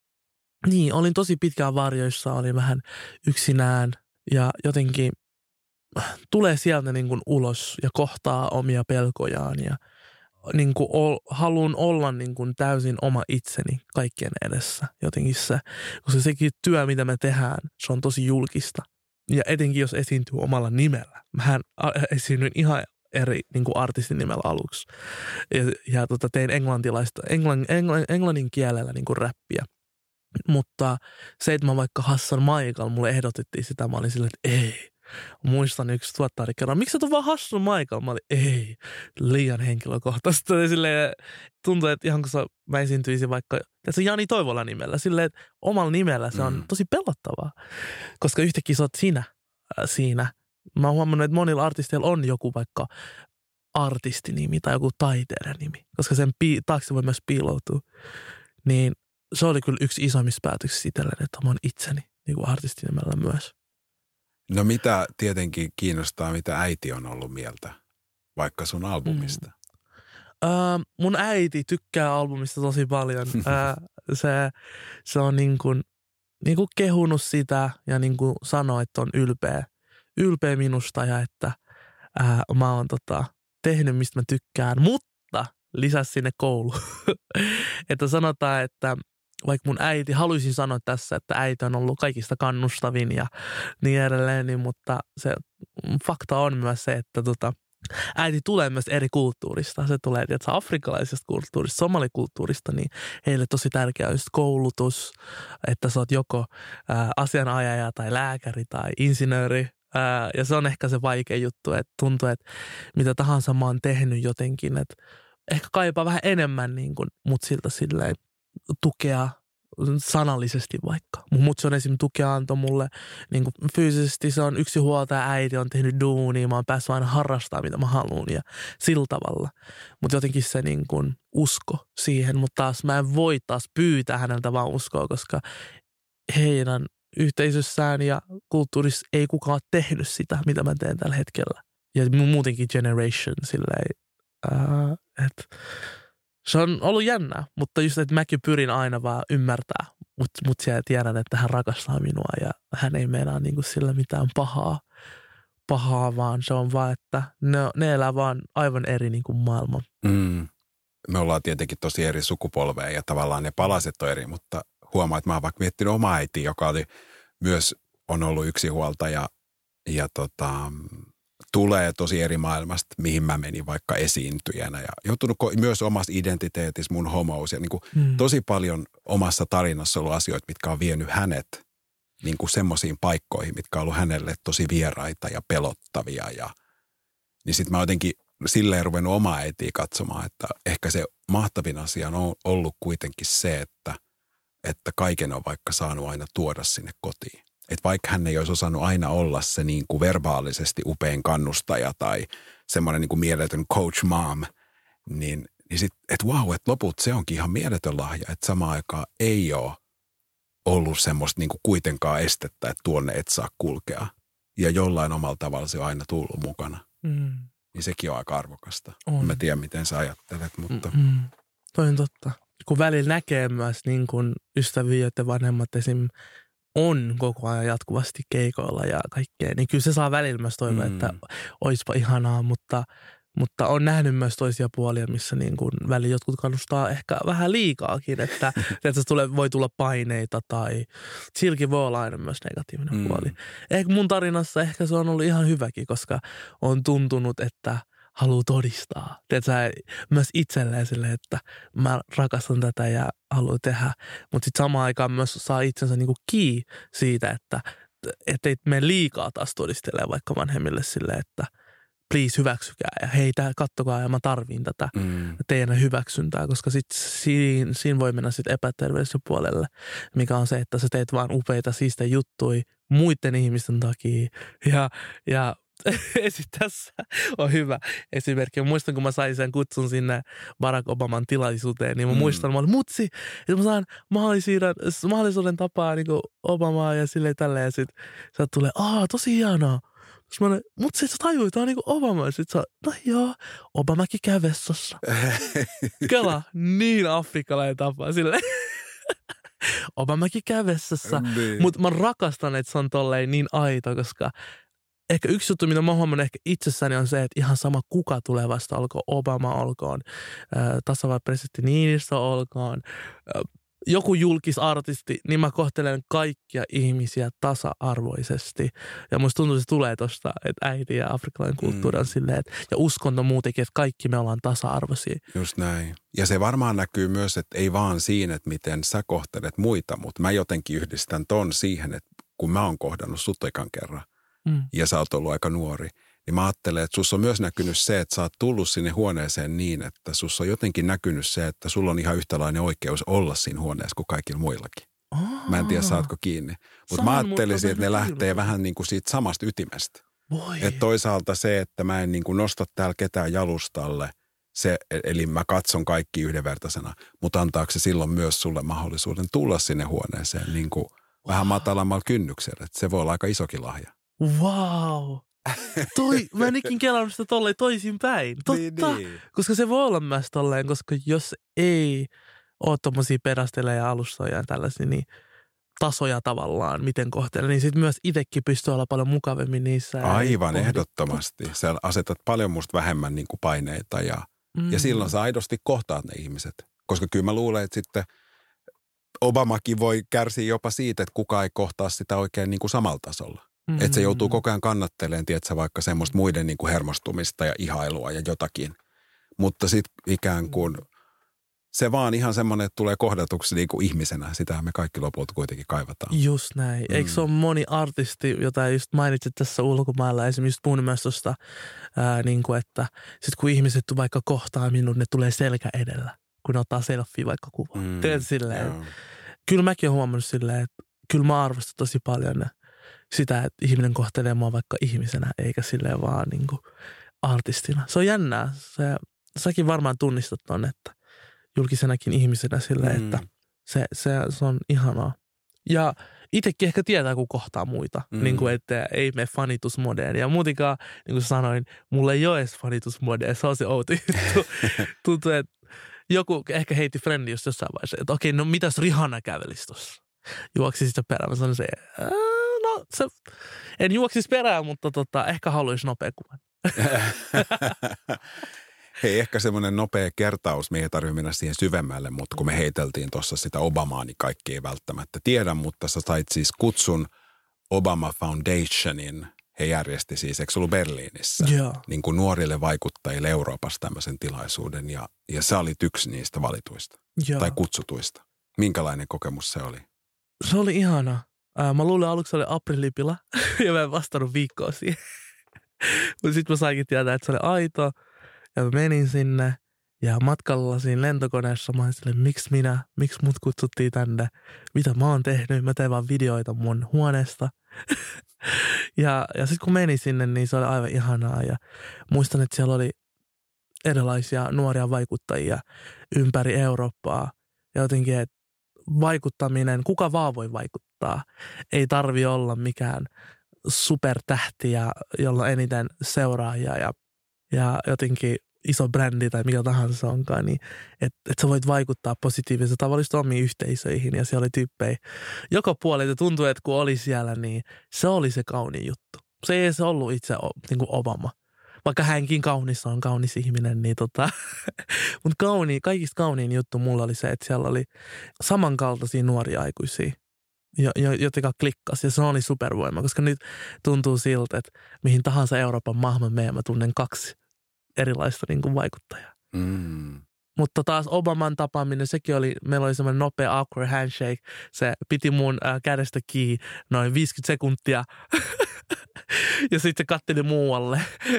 S3: niin, olin tosi pitkään varjoissa, olin vähän yksinään ja jotenkin tulee sieltä niin kuin ulos ja kohtaa omia pelkojaan ja niin kuin ol, haluan olla niin kuin täysin oma itseni kaikkien edessä jotenkin se, koska sekin työ, mitä me tehdään, se on tosi julkista. Ja etenkin, jos esiintyy omalla nimellä. Mähän esiinnyin ihan eri niin kuin artistin nimellä aluksi. Ja, ja tota, tein englantilaista, englann, englann, englannin kielellä niin kuin räppiä. Mutta se, että mä vaikka Hassan Michael, mulle ehdotettiin sitä, mä olin silleen, että ei. Muistan yksi tuottari kerran, miksi sä oot vaan Hassan Michael? Mä olin, ei, liian henkilökohtaisesti. Silleen, tuntuu, että ihan kun mä esiintyisin vaikka tässä Jani Toivola nimellä, silleen, että omalla nimellä se on mm. tosi pelottavaa. Koska yhtäkkiä sä oot sinä äh, siinä. Mä oon huomannut, että monilla artisteilla on joku vaikka artistinimi tai joku taiteilijan nimi, koska sen pi- taakse voi myös piiloutua. Niin se oli kyllä yksi isoimmista päätöksistä itselleen, että mä oon itseni niin kuin artistinimellä myös.
S2: No mitä tietenkin kiinnostaa, mitä äiti on ollut mieltä, vaikka sun albumista? Mm.
S3: Uh, mun äiti tykkää albumista tosi paljon. uh, se, se on niin kuin, niin kuin kehunut sitä ja niin kuin sanoo, että on ylpeä, ylpeä minusta ja että uh, mä oon tota, tehnyt, mistä mä tykkään, mutta lisäsi sinne koulu. Että sanotaan, että vaikka mun äiti, haluaisin sanoa tässä, että äiti on ollut kaikista kannustavin ja niin edelleen, niin, mutta se fakta on myös se, että tota, äiti tulee myös eri kulttuurista. Se tulee tietysti afrikkalaisesta kulttuurista, somalikulttuurista, niin heille tosi tärkeä on just koulutus, että sä oot joko ää, asianajaja tai lääkäri tai insinööri. Ää, ja se on ehkä se vaikea juttu, että tuntuu, että mitä tahansa mä oon tehnyt jotenkin, että ehkä kaipaa vähän enemmän niin kuin mut siltä silleen tukea, sanallisesti vaikka. Mut se on esimerkiksi tukea antoi mulle niin kuin fyysisesti. Se on yksi huoltaja, äiti on tehnyt duunia. Mä oon päässyt aina harrastamaan, mitä mä haluan ja sillä tavalla. Mutta jotenkin se niin kuin usko siihen. Mutta taas mä en voi taas pyytää häneltä vaan uskoa, koska heidän yhteisössään ja kulttuurissa ei kukaan tehnyt sitä, mitä mä teen tällä hetkellä. Ja muutenkin generation silleen, että se on ollut jännää, mutta just, että mäkin pyrin aina vaan ymmärtää, mutta mut tiedän, että hän rakastaa minua ja hän ei meinaa niinku sillä mitään pahaa, pahaa, vaan se on vaan, että ne, ne elää vaan aivan eri niinku maailma.
S2: Mm. Me ollaan tietenkin tosi eri sukupolveja ja tavallaan ne palaset on eri, mutta huomaa, että mä oon vaikka miettinyt omaa äitiä, joka oli myös on ollut yksinhuoltaja ja tota, tulee tosi eri maailmasta, mihin mä menin vaikka esiintyjänä ja joutunut myös omassa identiteetissä mun homous ja niin kuin hmm. tosi paljon omassa tarinassa ollut asioita, mitkä on vienyt hänet niin kuin semmoisiin paikkoihin, mitkä on ollut hänelle tosi vieraita ja pelottavia ja niin sit mä jotenkin silleen ruvennut omaa äitiä katsomaan, että ehkä se mahtavin asia on ollut kuitenkin se, että että kaiken on vaikka saanut aina tuoda sinne kotiin. Että vaikka hän ei olisi osannut aina olla se niin kuin verbaalisesti upein kannustaja tai semmoinen niin kuin mieletön coach mom, niin, niin sitten, että vau, että loput se onkin ihan mieletön lahja, että samaan aikaan ei ole ollut semmoista niin kuin kuitenkaan estettä, että tuonne et saa kulkea. Ja jollain omalla tavalla se on aina tullut mukana. Mm. Niin sekin on aika arvokasta. On. Mä tiedän, miten sä ajattelet, mutta...
S3: Mm-hmm. Toi on totta. Kun välillä näkee myös niin kuin ystäviä, joiden vanhemmat esim. On koko ajan jatkuvasti keikoilla ja kaikkea, niin kyllä se saa välillä myös toivoa, mm. että oispa ihanaa, mutta, mutta on nähnyt myös toisia puolia, missä niin kuin välillä jotkut kannustaa ehkä vähän liikaakin, että, että tulee, voi tulla paineita tai silläkin voi olla aina myös negatiivinen mm. puoli. Ehkä mun tarinassa ehkä se on ollut ihan hyväkin, koska on tuntunut, että haluaa todistaa. Tiedätkö, myös itselleen silleen, että mä rakastan tätä ja haluan tehdä. Mutta sitten samaan aikaan myös saa itsensä niinku kiinni siitä, että et ei mene liikaa taas todistelemaan vaikka vanhemmille silleen, että please hyväksykää ja hei, tää, kattokaa ja mä tarviin tätä mm. teidän hyväksyntää, koska sitten siinä, siinä voi mennä sitten epäterveelliselle puolelle, mikä on se, että sä teet vaan upeita siistä juttui muiden ihmisten takia ja, ja tässä on hyvä esimerkki. Mä muistan, kun mä sain sen kutsun sinne Barack Obaman tilaisuuteen, niin mä mm. muistan, mä olin mutsi, että mä saan mahdollisuuden, mahdollisuuden tapaa niin Obamaa ja silleen tälleen. Ja sit sä tulee, aah, tosi hienoa. Sitten mä olin, mutsi, sä tajuit, tää on niin Obama. Sitten sä, no joo, Obamakin käy vessassa. Kela, niin afrikkalainen tapa silleen. Obamakin käy vessassa. Niin. Mutta mä rakastan, että se on tolleen niin aito, koska ehkä yksi juttu, mitä mä huomannut ehkä itsessäni on se, että ihan sama kuka tulee vasta, olkoon Obama, olkoon tasavallan presidentti Niinistö, olkoon äh, joku julkisartisti, niin mä kohtelen kaikkia ihmisiä tasa-arvoisesti. Ja musta tuntuu, että se tulee tosta, että äiti ja afrikkalainen kulttuuri on silleen, että, ja uskonto muutenkin, että kaikki me ollaan tasa-arvoisia.
S2: Just näin. Ja se varmaan näkyy myös, että ei vaan siinä, että miten sä kohtelet muita, mutta mä jotenkin yhdistän ton siihen, että kun mä oon kohdannut sut ekan kerran, Mm. ja sä oot ollut aika nuori, niin mä ajattelen, että sussa on myös näkynyt se, että sä oot tullut sinne huoneeseen niin, että sussa on jotenkin näkynyt se, että sulla on ihan yhtälainen oikeus olla siinä huoneessa kuin kaikilla muillakin. Oh. Mä en tiedä, saatko kiinni. Mutta mä ajattelisin, että ne lähtee ilman. vähän niin kuin siitä samasta ytimestä. Että toisaalta se, että mä en niin kuin nosta täällä ketään jalustalle, se, eli mä katson kaikki yhdenvertaisena, mutta antaako se silloin myös sulle mahdollisuuden tulla sinne huoneeseen niin kuin vähän matalammalla kynnyksellä. Että se voi olla aika isokin lahja.
S3: Wow. Toi, mä en ikin kelannut sitä tolleen toisinpäin. Totta. Niin, niin. Koska se voi olla myös tolleen, koska jos ei ole tommosia perästelejä ja alustoja ja tällaisia, niin tasoja tavallaan, miten kohtelee, niin sitten myös itsekin pystyy olla paljon mukavemmin niissä.
S2: Aivan ehdottomasti. Sä asetat paljon musta vähemmän niin kuin paineita ja, mm. ja silloin sä aidosti kohtaat ne ihmiset. Koska kyllä mä luulen, että sitten Obamakin voi kärsiä jopa siitä, että kukaan ei kohtaa sitä oikein niin kuin samalla tasolla. Mm-hmm. Että se joutuu koko ajan kannattelemaan, tiedätkö, vaikka semmoista muiden niin kuin hermostumista ja ihailua ja jotakin. Mutta sitten ikään kuin se vaan ihan semmoinen, että tulee kohdatuksi niin kuin ihmisenä. Sitähän me kaikki lopulta kuitenkin kaivataan.
S3: Just näin. Mm. Eikö se ole moni artisti, jota just mainitsit tässä ulkomailla, esimerkiksi puhun myös tuosta, ää, niin kuin, että sit kun ihmiset vaikka kohtaa minun, ne tulee selkä edellä, kun ne ottaa selfie vaikka kuvaa. Mm. Tiedätkö silleen, kyllä mäkin olen huomannut silleen, että kyllä mä arvostan tosi paljon sitä, että ihminen kohtelee mua vaikka ihmisenä, eikä silleen vaan niin kuin artistina. Se on jännää. Se, säkin varmaan tunnistat ton, että julkisenakin ihmisenä silleen, mm. että se, se, se on ihanaa. Ja itsekin ehkä tietää, kun kohtaa muita. Mm. Niin kuin, että ei mene fanitusmodeen. Ja muutenkaan, niin kuin sanoin, mulla ei ole edes fanitusmodeen. Se on se outo juttu. Tuntuu, että joku ehkä heitti frendi just jossain vaiheessa, että okei, no mitäs Rihanna kävelisi tuossa? Juoksi sitä perään. Mä sanoin se, no se, en juoksisi perään, mutta tota, ehkä haluaisi nopea kuvan.
S2: Hei, ehkä semmoinen nopea kertaus, me ei tarvitse mennä siihen syvemmälle, mutta kun me heiteltiin tuossa sitä Obamaa, niin kaikki ei välttämättä tiedä, mutta sä sait siis kutsun Obama Foundationin, he järjesti siis, eikö se ollut Berliinissä,
S3: yeah.
S2: niin kuin nuorille vaikuttajille Euroopassa tämmöisen tilaisuuden, ja, ja sä olit yksi niistä valituista,
S3: yeah.
S2: tai kutsutuista. Minkälainen kokemus se oli?
S3: Se oli ihana. Ää, mä luulen aluksi se oli aprillipila, ja mä en vastannut viikkoa siihen. Mutta sitten mä sainkin tietää, että se oli aito. Ja mä menin sinne ja matkalla siinä lentokoneessa mä olin silleen, miksi minä, miksi mut kutsuttiin tänne, mitä mä oon tehnyt, mä tein vaan videoita mun huoneesta. ja ja sitten kun menin sinne, niin se oli aivan ihanaa ja muistan, että siellä oli erilaisia nuoria vaikuttajia ympäri Eurooppaa. Ja jotenkin, että vaikuttaminen, kuka vaan voi vaikuttaa, ei tarvi olla mikään supertähti, ja jolla on eniten seuraajia ja Ja jotenkin iso brändi tai mikä tahansa se onkaan, niin että et sä voit vaikuttaa positiivisella tavalla omiin yhteisöihin. Ja siellä oli tyyppejä joka puolelta. Tuntui, että kun oli siellä, niin se oli se kauniin juttu. Se ei se ollut itse niin kuin Obama. Vaikka hänkin kaunis on kaunis ihminen, niin tota. Mutta kauni, kaikista kauniin juttu mulla oli se, että siellä oli samankaltaisia nuoria aikuisia, jotenka klikkasi. Ja se oli supervoima, koska nyt tuntuu siltä, että mihin tahansa Euroopan maahan meidän mä tunnen kaksi erilaista niin kuin vaikuttajaa.
S2: Mm.
S3: Mutta taas Obaman tapaaminen, sekin oli, meillä oli semmoinen nopea awkward handshake. Se piti mun äh, kädestä kiinni noin viisikymmentä sekuntia. Ja sitten se katteli muualle.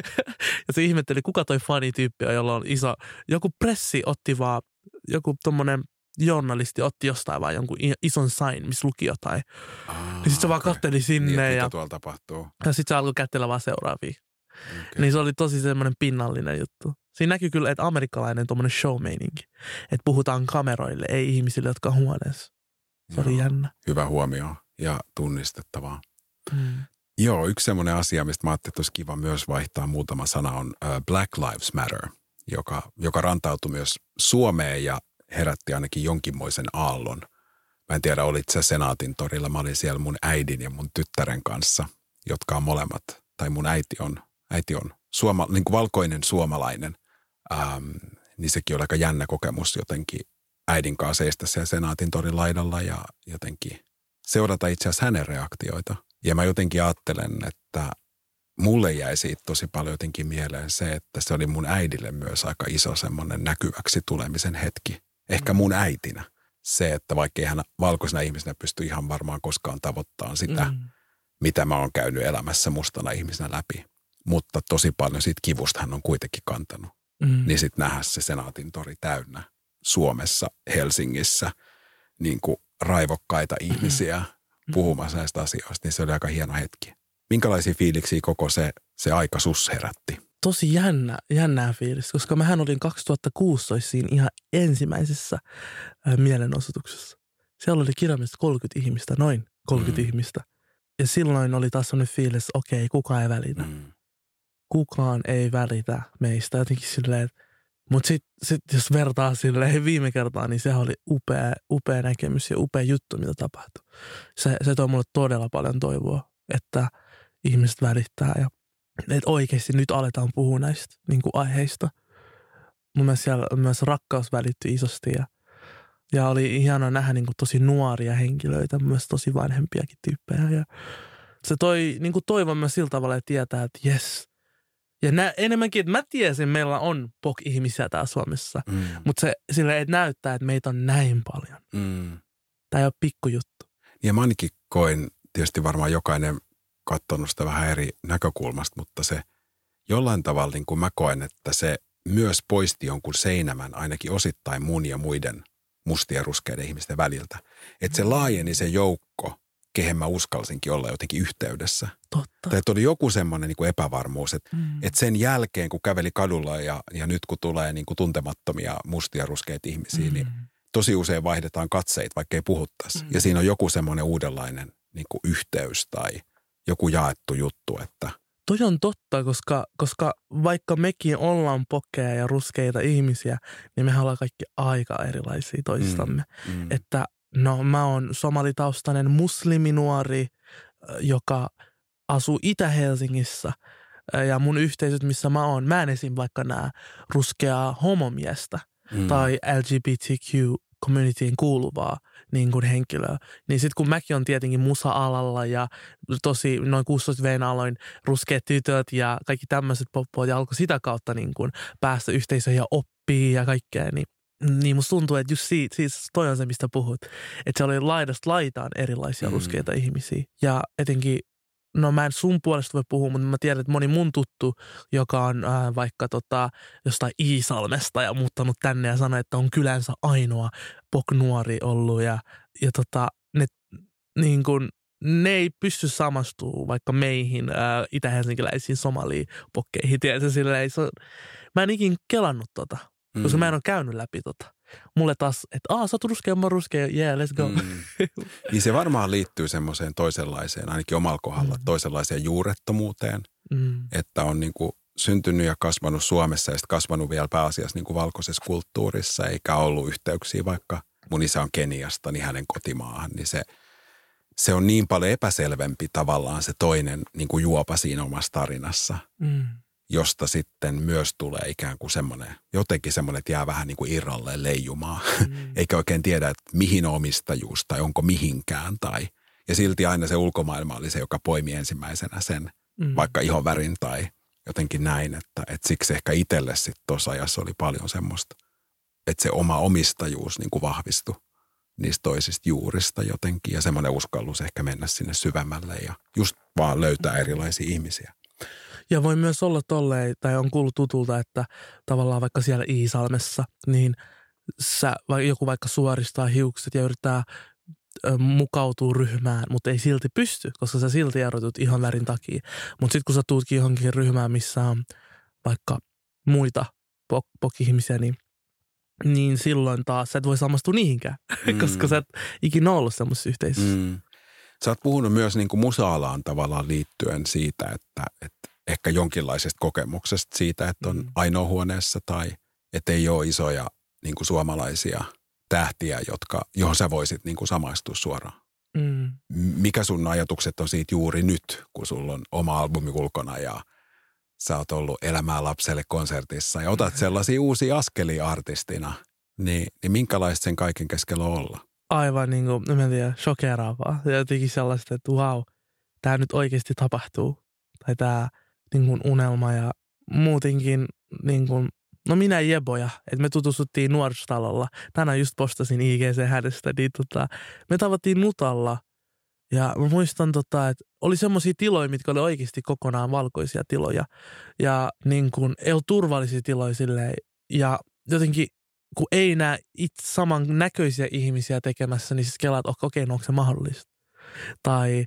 S3: Ja se ihmetteli, kuka toi fanityyppi on, jolla on iso, joku pressi otti vaan, joku tommonen journalisti otti jostain vaan jonkun ison sign, missä luki jotain. Ah, ja sitten se vaan katteli sinne.
S2: Niin,
S3: ja
S2: mitä tuolla tapahtuu.
S3: Ja sitten se alkoi kättellä vaan seuraavia. Okay. Niin se oli tosi semmoinen pinnallinen juttu. Siinä näkyy kyllä, että amerikkalainen tommoinen show-meininki. Että puhutaan kameroille, ei ihmisille, jotka on huoneessa. Se Joo, oli jännä.
S2: Hyvä huomio ja tunnistettavaa.
S3: Hmm.
S2: Joo, yksi semmoinen asia, mistä mä ajattelin, että olisi kiva myös vaihtaa muutama sana, on uh, Black Lives Matter, joka, joka rantautui myös Suomeen ja herätti ainakin jonkinmoisen aallon. Mä en tiedä, olit sä Senaatin torilla. Mä olin siellä mun äidin ja mun tyttären kanssa, jotka on molemmat, tai mun äiti on, äiti on suoma, niin kuin valkoinen suomalainen. Ähm, niin sekin oli aika jännä kokemus jotenkin äidin kanssa seistä siellä Senaatin torin laidalla ja jotenkin seurata itse asiassa hänen reaktioita. Ja mä jotenkin ajattelen, että mulle jäi siitä tosi paljon jotenkin mieleen se, että se oli mun äidille myös aika iso semmoinen näkyväksi tulemisen hetki. Ehkä mun äitinä. Se, että vaikka ei hän valkoisena ihmisenä pysty ihan varmaan koskaan tavoittamaan sitä, mm. mitä mä oon käynyt elämässä mustana ihmisenä läpi. Mutta tosi paljon siitä kivusta hän on kuitenkin kantanut. Mm. Niin sitten nähdä se Senaatin tori täynnä Suomessa, Helsingissä, niin kuin raivokkaita ihmisiä mm. puhumassa näistä asioista, niin se oli aika hieno hetki. Minkälaisia fiiliksiä koko se, se aika sus herätti?
S3: Tosi jännä, jännää fiilis, koska mähän olin kaksituhattakuusitoista siinä ihan ensimmäisessä ää, mielenosoituksessa. Siellä oli kirjaimellisesti kolmekymmentä ihmistä, noin kolmekymmentä mm. ihmistä. Ja silloin oli taas sellainen fiilis, okei, okay, kukaan ei välitä. Mm. Kukaan ei välitä meistä. Jotenkin silleen, mutta sitten sit, jos vertaa silleen viime kertaa, niin sehän oli upea, upea näkemys ja upea juttu, mitä tapahtui. Se, se toi mulle todella paljon toivoa, että ihmiset välittää ja että oikeasti nyt aletaan puhua näistä niin kuin aiheista. Mun mielestä siellä myös rakkaus välittyi isosti ja, ja oli ihana nähdä niin kuin tosi nuoria henkilöitä, myös tosi vanhempiakin tyyppejä. Ja se toi niin kuin toivon myös sillä tavalla, että tietää, että jes. Ja nä, enemmänkin, että mä tiesin, meillä on P O C-ihmisiä täällä Suomessa, mm. mutta se sillä ei näyttää, että meitä on näin paljon. Mm. Tämä ei ole pikkujuttu.
S2: Ja mä ainakin koin, tietysti varmaan jokainen katsonut sitä vähän eri näkökulmasta, mutta se jollain tavalla niin kuin mä koen, että se myös poisti jonkun seinämän ainakin osittain mun ja muiden mustia ja ruskeiden ihmisten väliltä. Että se laajeni se joukko, kehen mä uskalsinkin olla jotenkin yhteydessä.
S3: Totta.
S2: Tai että oli joku semmoinen niin kuin epävarmuus, että,
S3: Mm.
S2: että sen jälkeen, kun käveli kadulla ja, ja nyt kun tulee niin kuin tuntemattomia mustia ja ruskeita ihmisiä,
S3: Mm.
S2: niin tosi usein vaihdetaan katseita, vaikka ei puhuttaisi.
S3: Mm.
S2: Ja siinä on joku semmoinen uudenlainen niin kuin yhteys tai joku jaettu juttu, että
S3: Toi on totta, koska, koska vaikka mekin ollaan pokkeja ja ruskeita ihmisiä, niin mehän ollaan kaikki aika erilaisia toisistamme.
S2: Mm, mm.
S3: Että no mä oon somalitaustainen musliminuori, ö, joka asuu Itä-Helsingissä. Ö, Ja mun yhteisöt, missä mä oon, mä en esim. Vaikka nää ruskeaa homomiestä
S2: Mm.
S3: tai L G B T Q-communityin kuuluvaa niin kuin henkilöä. Niin sit kun mäkin on tietenkin musa-alalla ja tosi noin kuusitoista vuotiaana aloin ruskeat tytöt ja kaikki tämmöiset poppoot ja alkoi sitä kautta niin kuin päästä yhteisöön ja oppii ja kaikkea, niin niin musta tuntuu, että just siitä, siis toi on se, mistä puhut. Että se oli laidasta laitaan erilaisia
S2: Mm.
S3: ruskeita ihmisiä. Ja etenkin, no mä en sun puolesta voi puhua, mutta mä tiedän, että moni mun tuttu, joka on äh, vaikka tota, jostain Iisalmesta ja muuttanut tänne ja sanoi, että on kylänsä ainoa pok-nuori ollut. Ja, ja tota, ne, niin kun, ne ei pysty samastumaan vaikka meihin äh, itä-helsinkiläisiin somali-pokkeihin. Tiedätkö, silleen, se on, mä en ikin kelannut tota. Koska mä en ole käynyt läpi tota. Mulle taas, että aah, sä oot ruskea, mä oon ruskea, yeah, let's go.
S2: Mm. Niin se varmaan liittyy semmoiseen toisenlaiseen, ainakin omalla kohdalla,
S3: Mm.
S2: toisenlaiseen juurettomuuteen.
S3: Mm.
S2: Että on niin kuin syntynyt ja kasvanut Suomessa ja sitten kasvanut vielä pääasiassa niin kuin valkoisessa kulttuurissa, eikä ollut yhteyksiä, vaikka mun isä on Keniasta, niin hänen kotimaahan, niin se, se on niin paljon epäselvempi tavallaan se toinen niin kuin juopa siinä omassa tarinassa.
S3: Mm.
S2: Josta sitten myös tulee ikään kuin semmoinen, jotenkin semmoinen, että jää vähän niin kuin irralleen leijumaan.
S3: Mm.
S2: Eikä oikein tiedä, että mihin on omistajuus tai onko mihinkään. Tai, ja silti aina se ulkomaailma oli se, joka poimi ensimmäisenä sen,
S3: Mm.
S2: vaikka ihonvärin tai jotenkin näin. Että, että siksi ehkä itselle sitten tuossa ajassa oli paljon semmoista, että se oma omistajuus niin kuin vahvistui niistä toisista juurista jotenkin. Ja semmoinen uskallus ehkä mennä sinne syvemmälle ja just vaan löytää erilaisia ihmisiä.
S3: Ja voi myös olla tolleen, tai on kuullut tutulta, että tavallaan vaikka siellä Iisalmessa, niin sä, vai joku vaikka suoristaa hiukset ja yrittää ö, mukautua ryhmään, mutta ei silti pysty, koska sä silti erotut ihan värin takia. Mutta sitten kun sä tuutkin johonkin ryhmään, missä on vaikka muita pok- pok-ihmisiä, niin, niin silloin taas sä et voi samastua niihinkään, mm. koska sä et ikinä ollut semmoisessa yhteisössä.
S2: Mm. Sä oot puhunut myös niin kuin musa-alaan tavallaan liittyen siitä, että, että ehkä jonkinlaisesta kokemuksesta siitä, että on
S3: Mm.
S2: ainoa huoneessa tai että ei ole isoja niin kuin suomalaisia tähtiä, jotka, johon sä voisit niin kuin samaistua suoraan.
S3: Mm.
S2: Mikä sun ajatukset on siitä juuri nyt, kun sulla on oma albumi ulkona ja sä oot ollut Elämää lapselle -konsertissa ja otat sellaisia uusia askelia artistina, niin, niin minkälaista sen kaiken keskellä on olla?
S3: Aivan niin kuin, mä en tiedä, shokeraavaa. Ja jotenkin sellaista, että wow, tämä nyt oikeasti tapahtuu. Tai tämä niin kuin unelma ja muutenkin, niin kuin, no minä Jeboja, että me tutustuttiin nuorisotalolla. Tänään just postasin I G C-hänestä, niin tota, me tavattiin Nutalla. Ja mä muistan, tota, että oli semmoisia tiloja, mitkä oli oikeasti kokonaan valkoisia tiloja. Ja niin kuin, ei ollut turvallisia tiloja silleen. Ja jotenkin, kun ei näe itse saman näköisiä ihmisiä tekemässä, niin siis kelaat, että okei, no onko se mahdollista? Tai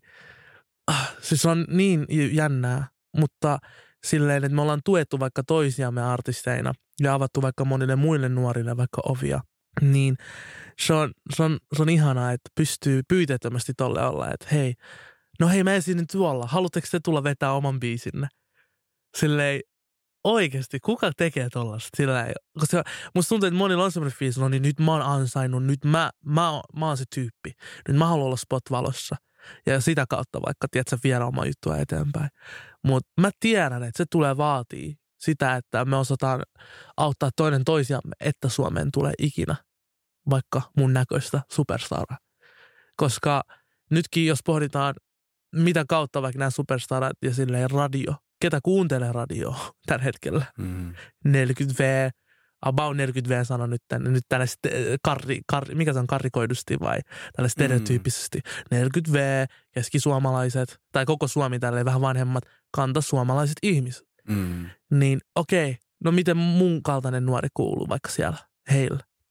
S3: ah, siis on niin jännää, mutta silleen, että me ollaan tuettu vaikka toisiamme artisteina ja avattu vaikka monille muille nuorille vaikka ovia, niin se on, se on, se on ihanaa, että pystyy pyytettömästi tolle olla, että hei, no hei, mä esiin tuolla, haluatteko te tulla vetää oman biisinne? Silleen, oikeasti, kuka tekee tollaista? Silleen, koska musta tuntuu, että monilla on semmoinen fiilis, no niin nyt mä oon ansainnut, nyt mä, mä, oon, mä oon se tyyppi, nyt mä haluan olla spot-valossa. Ja sitä kautta vaikka, tiedätkö, viedä omaa juttua eteenpäin. Mutta mä tiedän, että se tulee vaatii sitä, että me osataan auttaa toinen toisiamme, että Suomeen tulee ikinä vaikka mun näköistä superstaraa. Koska nytkin, jos pohditaan, mitä kautta vaikka nämä superstarat ja silleen radio, ketä kuuntelee radioa tällä hetkellä,
S2: Mm.
S3: neljäkymmentä vuotta, about neljäkymmentä vuotta sano nyt, tänne, nyt tällaista karri, karri, mikä se on karrikoidusti vai tällaista stereotyyppisesti. Mm. neljäkymmentä vuotta, keskisuomalaiset tai koko Suomi tälleen vähän vanhemmat, kantasuomalaiset ihmiset.
S2: Mm.
S3: Niin okei, no miten mun kaltainen nuori kuuluu vaikka siellä heillä?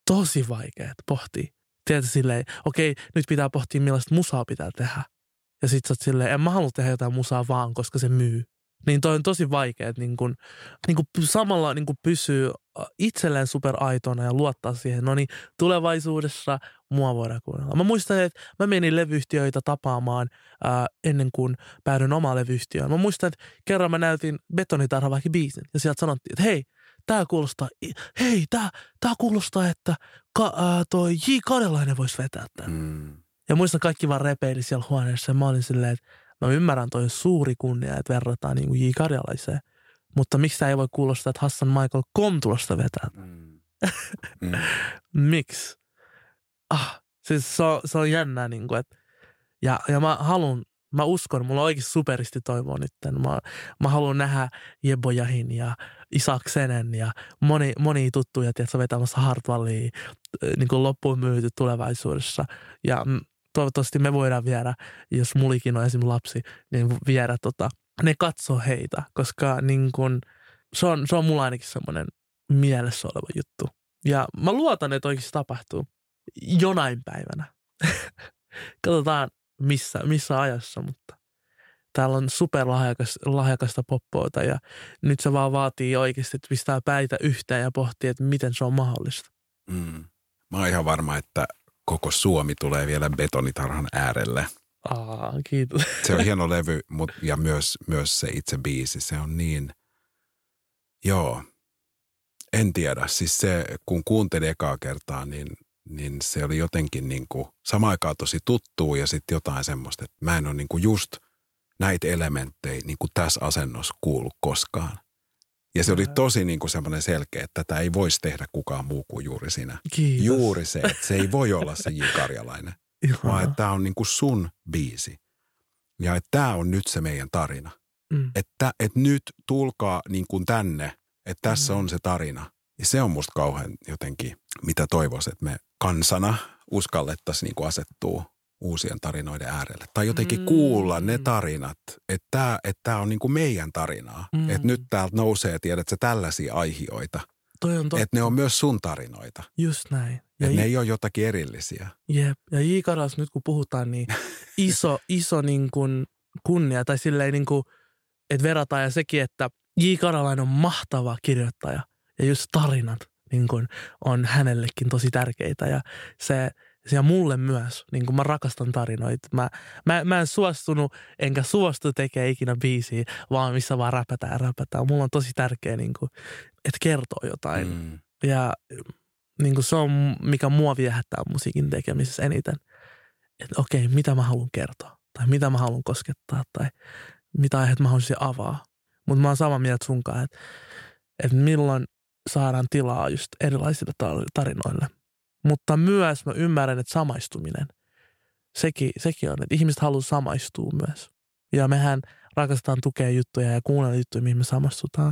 S3: tosi vaikea pohtia. Tiedätkö silleen, okei, nyt pitää pohtia millaista musaa pitää tehdä. Ja sit sä oot silleen, en mä halua tehdä jotain musaa vaan, koska se myy. Niin toi on tosi vaikea, että niin kun, niin kun samalla niin kun pysyy itselleen superaitona ja luottaa siihen. No niin, tulevaisuudessa mua voidaan kuunnella. Mä muistan, että mä menin levyyhtiöitä tapaamaan ää, ennen kuin päädyin omaan levyyhtiöön. Mä muistan, että kerran mä näytin Betonitarha vaikka biisin ja sieltä sanottiin, että hei, tää kuulostaa, hei, tää, tää kuulostaa, että ka, ää, toi J. Karjalainen voisi vetää tämän. Mm. Ja muistan, kaikki vaan repeili siellä huoneessa ja mä olin silleen, että mä ymmärrän, toi on suuri kunnia, että verrataan niin kuin J. Karjalaiseen. Mutta miksi tämä ei voi kuulostaa, että Hassan Michael Kontulasta vetää? Mm. Mm. Miksi? Ah, siis se on, se on jännää. Niin kuin, että, ja, ja mä haluan, mä uskon, mulla on oikeasti superisti toivoa nyt. Mä, mä haluan nähdä Jebojahin ja Isak Senen ja moni, moni tuttuja, tiedätkö, vetämässä Hartwallia niin kuin loppuun myyty tulevaisuudessa. Ja toivottavasti me voidaan viedä, jos mulikin on esimerkiksi lapsi, niin viedä tota, ne katsoo heitä, koska niin kun, se, on, se on mulla ainakin semmoinen mielessä oleva juttu. Ja mä luotan, että oikeasti tapahtuu jonain päivänä. Katsotaan missä, missä ajassa, mutta täällä on superlahjakasta poppoota ja nyt se vaan vaatii oikeasti, että pistää päitä yhteen ja pohtii, että miten se on mahdollista.
S2: Mm. Mä oon ihan varma, että koko Suomi tulee vielä Betonitarhan äärelle.
S3: Aa, kiitos.
S2: Se on hieno levy, mut, ja myös, myös se itse biisi. Se on niin, joo, en tiedä. Siis se, kun kuuntelin ekaa kertaa, niin, niin se oli jotenkin niin kuin samaan aikaan tosi tuttua ja sitten jotain semmoista, että mä en ole niin kuin just näitä elementtejä niin kuin tässä asennossa kuullut koskaan. Ja se oli tosi niin kuin semmoinen selkeä, että tätä ei voisi tehdä kukaan muu kuin juuri sinä.
S3: Kiitos.
S2: Juuri se, että se ei voi olla se J. Karjalainen, vaan että tämä on niin kuin sun biisi. Ja että tämä on nyt se meidän tarina. Mm. Että, että nyt tulkaa niin kuin tänne, että tässä mm. on se tarina. Ja se on musta kauhean jotenkin, mitä toivoisin, että me kansana uskallettaisiin niin kuin asettua uusien tarinoiden äärelle. Tai jotenkin mm. kuulla ne tarinat, että tämä että on niin kuin meidän tarinaa. Mm. Että nyt täältä nousee, tiedätkö, tällaisia aihioita.
S3: Toi on totta.
S2: Että ne on myös sun tarinoita.
S3: Just näin.
S2: Että j- ne ei ole jotakin erillisiä.
S3: Jep. Ja J. Karjas, nyt kun puhutaan, niin iso, iso niin kuin kunnia. Tai silleen niin kuin, että verrataan ja sekin, että J. Karjalainen on mahtava kirjoittaja. Ja just tarinat niin kuin on hänellekin tosi tärkeitä. Ja se... Ja mulle myös, niin kuin mä rakastan tarinoita. Mä, mä, mä en suostunut, enkä suostu tekemään ikinä biisiä, vaan missä vaan räpätään ja räpätään. Mulla on tosi tärkeä, niin kuin, että kertoo jotain. Mm. Ja niin kuin se on, mikä mua viehättää musiikin tekemisessä eniten. Että okei, mitä mä haluan kertoa. Tai mitä mä haluan koskettaa. Tai mitä aiheet mä haluaisin avaa. Mutta mä oon samaa mieltä sunkaan, että, että milloin saadaan tilaa just erilaisille tarinoille. Mutta myös mä ymmärrän, että samaistuminen, sekin, sekin on, että ihmiset haluaa samaistua myös. Ja mehän rakastetaan tukea juttuja ja kuunnella juttuja, mihin me samastutaan.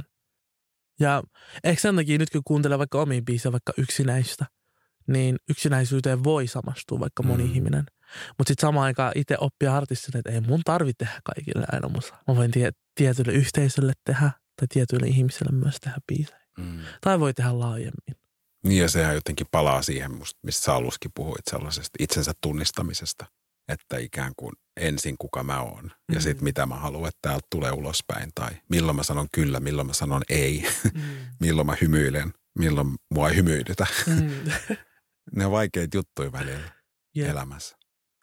S3: Ja ehkä sen takia nyt kun kuuntelee vaikka omia biisejä, vaikka yksinäistä, niin yksinäisyyteen voi samastua vaikka moni mm. ihminen. Mutta sitten samaan aikaan itse oppia artistina, että ei mun tarvitse tehdä kaikille aina musaa. Mä voin tie- tietylle yhteisölle tehdä tai tietyille ihmisille myös tehdä biisejä. Mm. Tai voi tehdä laajemmin.
S2: Niin ja sehän jotenkin palaa siihen, mistä sä aluskin puhuit sellaisesta itsensä tunnistamisesta, että ikään kuin ensin kuka mä oon ja mm. sitten mitä mä haluan, että täältä tulee ulospäin tai milloin mä sanon kyllä, milloin mä sanon ei, mm. milloin mä hymyilen, milloin mua ei hymyilytä. Mm. Ne on vaikeita juttuja välillä yeah. elämässä.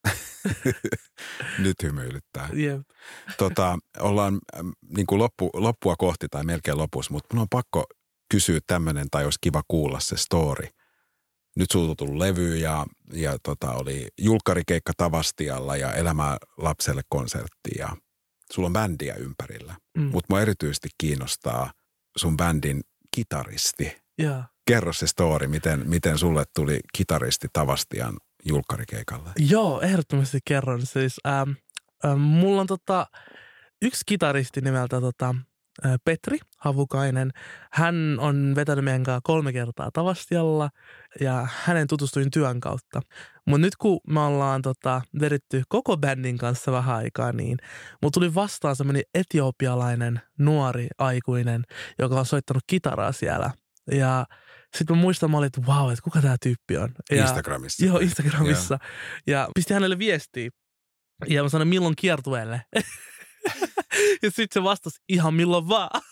S2: Nyt hymyilyttää.
S3: Yeah.
S2: Tota, ollaan niin kuin loppu, loppua kohti tai melkein lopussa, mutta mun on pakko kysyä tämmöinen, tai olisi kiva kuulla se story. Nyt sulta on tullut levy ja, ja tota, oli julkkarikeikka Tavastialla ja Elämää lapselle konsertti ja sulla on bändiä ympärillä. Mm. Mutta mua erityisesti kiinnostaa sun bändin kitaristi.
S3: Yeah.
S2: Kerro se story, miten, miten sulle tuli kitaristi Tavastian julkkarikeikalle.
S3: Joo, ehdottomasti kerron. Siis, ähm, äh, mulla on tota, yksi kitaristi nimeltä tota, Petri Havukainen. Hän on vetänyt meidän kanssa kolme kertaa Tavastialla ja hänen tutustuin työn kautta. Mutta nyt kun me ollaan tota, vedetty koko bändin kanssa vähän aikaa, niin mulla tuli vastaan semmoinen etiopialainen nuori aikuinen, joka on soittanut kitaraa siellä. Ja Sitten mä muistan, mä olin, että vau, että kuka tää tyyppi on.
S2: Ja, Instagramissa.
S3: Joo, Instagramissa. Ja, ja pistin hänelle viestiä. Ja mä sanoin, milloin kiertueelle. Ja sitten se vastasi ihan milloin vaan.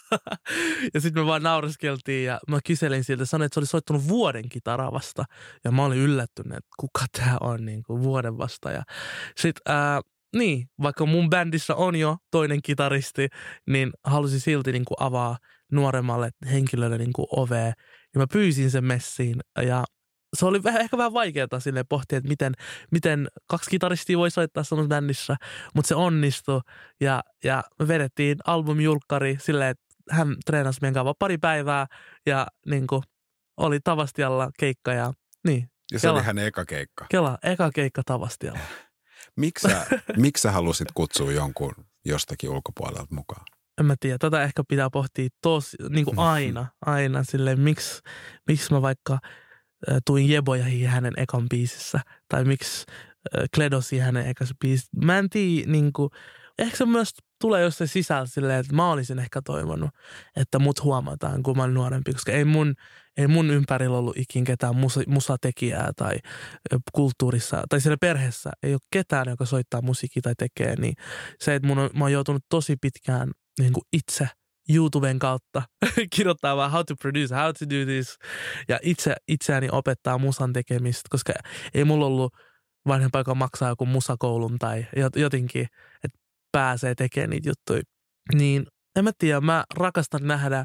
S3: Ja sitten me vaan naureskeltiin ja mä kyselin siltä, sanoin, että se oli soittanut vuoden kitaraa vasta. Ja mä olin yllättynyt, että kuka tää on niin kuin vuoden vasta. Ja sitten äh, niin, vaikka mun bändissä on jo toinen kitaristi, niin halusin silti niin kuin avaa nuoremmalle henkilölle niin kuin ovea. Ja mä pyysin sen messiin ja se oli vähän, ehkä vähän vaikeaa silleen pohtia, että miten, miten kaksi kitaristia voi soittaa samassa bändissä, mutta se onnistui. Ja, ja me vedettiin albumijulkkari silleen, että hän treenasi meidän kanssa pari päivää ja niin kuin, oli Tavastialla keikka. Ja, niin,
S2: ja se
S3: Kela,
S2: oli hänen eka keikka.
S3: Kela, eka keikka Tavastialla.
S2: Miksi sä, miksi sä halusit kutsua jonkun jostakin ulkopuolelta mukaan?
S3: En mä tiedä, tätä ehkä pitää pohtia tosi, niin kuin aina, aina silleen, miksi, miksi mä vaikka tuin Jebojahin hänen ekan biisissä, tai miksi Kledosi hänen ekas biisissä. Mä en tiedä, niin kuin, ehkä se myös tulee jostain sisältä silleen, että mä olisin ehkä toivonut, että mut huomataan, kun mä olen nuorempi, koska ei mun, ei mun ympärillä ollut ikin ketään musa, musatekijää tai kulttuurissa, tai siellä perheessä ei ole ketään, joka soittaa musiikkia tai tekee, niin se, että mun on, mä oon joutunut tosi pitkään niin kuin itse YouTuben kautta kirjoittaa vaan how to produce, how to do this ja itse, itseäni opettaa musan tekemistä, koska ei mulla ollut vanhempaa, joka maksaa joku musakoulun tai jotenkin, että pääsee tekemään niitä juttuja. Niin en mä tiedä, mä rakastan nähdä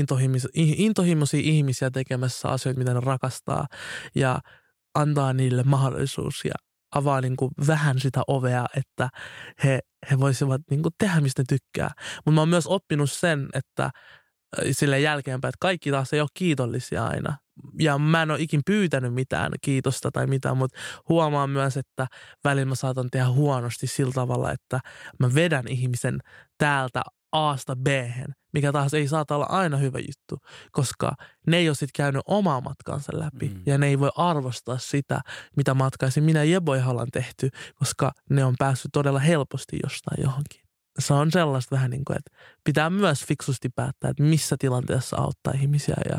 S3: intohimoisia ihmisiä tekemässä asioita, mitä ne rakastaa ja antaa niille mahdollisuus ja avaa niin kuin vähän sitä ovea, että he, he voisivat niin kuin tehdä, mistä ne tykkää. Mutta mä oon myös oppinut sen, että sille jälkeenpäin, että kaikki taas ei ole kiitollisia aina. Ja mä en ole ikin pyytänyt mitään kiitosta tai mitään, mutta huomaan myös, että välillä mä saatan tehdä huonosti sillä tavalla, että mä vedän ihmisen täältä A:sta B:hen, mikä taas ei saata olla aina hyvä juttu, koska ne ei ole sitten käynyt omaa matkansa läpi mm. ja ne ei voi arvostaa sitä, mitä matkaisin minä Jeboja ollaan tehty, koska ne on päässyt todella helposti jostain johonkin. Se on sellaista vähän niin kuin, että pitää myös fiksusti päättää, että missä tilanteessa auttaa ihmisiä ja,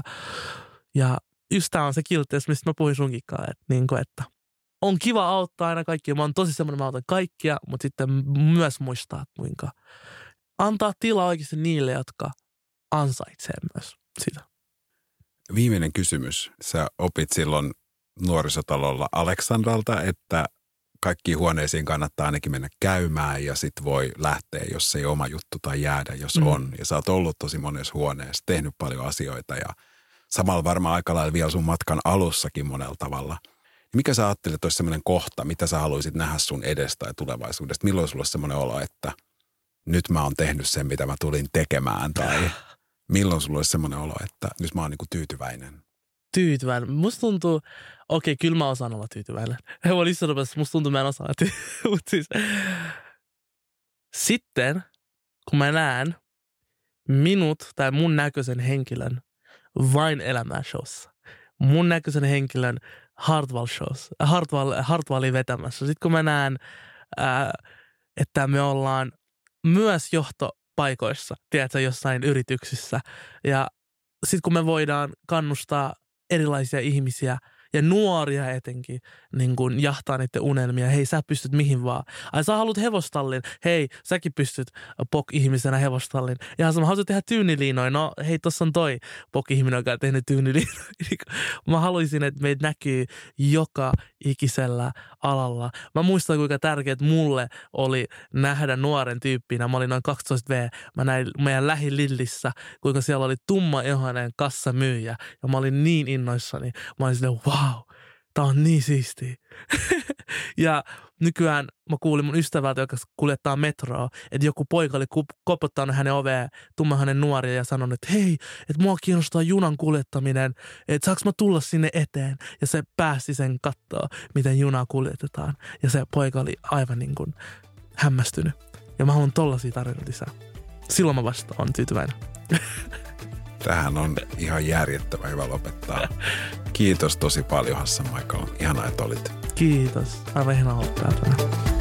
S3: ja just tämä on se kilteys, mistä mä puhuin sunkinkaan, että, niin kuin, että on kiva auttaa aina kaikkia. Mä oon tosi semmoinen, mä autan kaikkia, mutta sitten myös muistaa, kuinka antaa tilaa oikeasti niille, jotka ansaitsee myös sitä.
S2: Viimeinen kysymys. Sä opit silloin nuorisotalolla Aleksandralta, että kaikkiin huoneisiin kannattaa ainakin mennä käymään ja sit voi lähteä, jos ei oma juttu tai jäädä, jos mm. on. Ja sä oot ollut tosi monessa huoneessa, tehnyt paljon asioita ja samalla varmaan aika lailla vielä sun matkan alussakin monella tavalla. Mikä sä ajattelet, että olisi semmoinen kohta, mitä sä haluaisit nähdä sun edestä ja tulevaisuudesta? Milloin sulla olisi semmoinen olo, että nyt mä oon tehnyt sen, mitä mä tulin tekemään? Tai milloin sulla olisi semmoinen olo, että nyt mä oon niinku tyytyväinen?
S3: Tyytyväinen. Musta tuntuu, okei, okay, kyllä mä osaan olla tyytyväinen. He voi lisätä, musta tuntuu, mä en osaa. Mutta siis, sitten, kun mä näen minut tai mun näköisen henkilön vain elämää showssa, mun näköisen henkilön Hartwall shows, Hartwall, Hartwallin vetämässä. Sitten kun mä näen, ää, että me ollaan myös johtopaikoissa, tiedätkö, jossain yrityksissä. Ja sitten kun me voidaan kannustaa erilaisia ihmisiä ja nuoria etenkin niin kun jahtaa niiden unelmia. Hei, sä pystyt mihin vaan. Ai, sä haluat hevostallin. Hei, säkin pystyt pok-ihmisenä hevostallin. Ja sä haluat tehdä tyyniliinoja. No, hei, tossa on toi pok-ihminen, joka on tehnyt tyyniliinoja. Mä haluaisin, että meitä näkyy joka ikisellä alalla. Mä muistan, kuinka tärkeät mulle oli nähdä nuoren tyyppinä. Mä olin noin kaksitoista vuotias. Mä näin meidän lähilillissä, kuinka siellä oli tumma ihainen kassamyyjä. Ja mä olin niin innoissani. Mä olin silleen, wow. Wow, tää on niin siistiä. Ja nykyään mä kuulin mun ystävältä, joka kuljettaa metroa, että joku poika oli kopottanut hänen oveen, tumma hänen nuoria ja sanonut, että hei, että mua kiinnostaa junan kuljettaminen, että saaks mä tulla sinne eteen. Ja se päästi sen katsoa, miten junaa kuljetetaan. Ja se poika oli aivan niin kuin hämmästynyt. Ja mä haluan tollaisia tarinoita lisää. Silloin mä vasta on tyytyväinen.
S2: Tähän on ihan järjettävän hyvä lopettaa. Kiitos tosi paljon, Hassan Michael. Ihanaa, että olit.
S3: Kiitos. Aivan ihanaa olla täällä.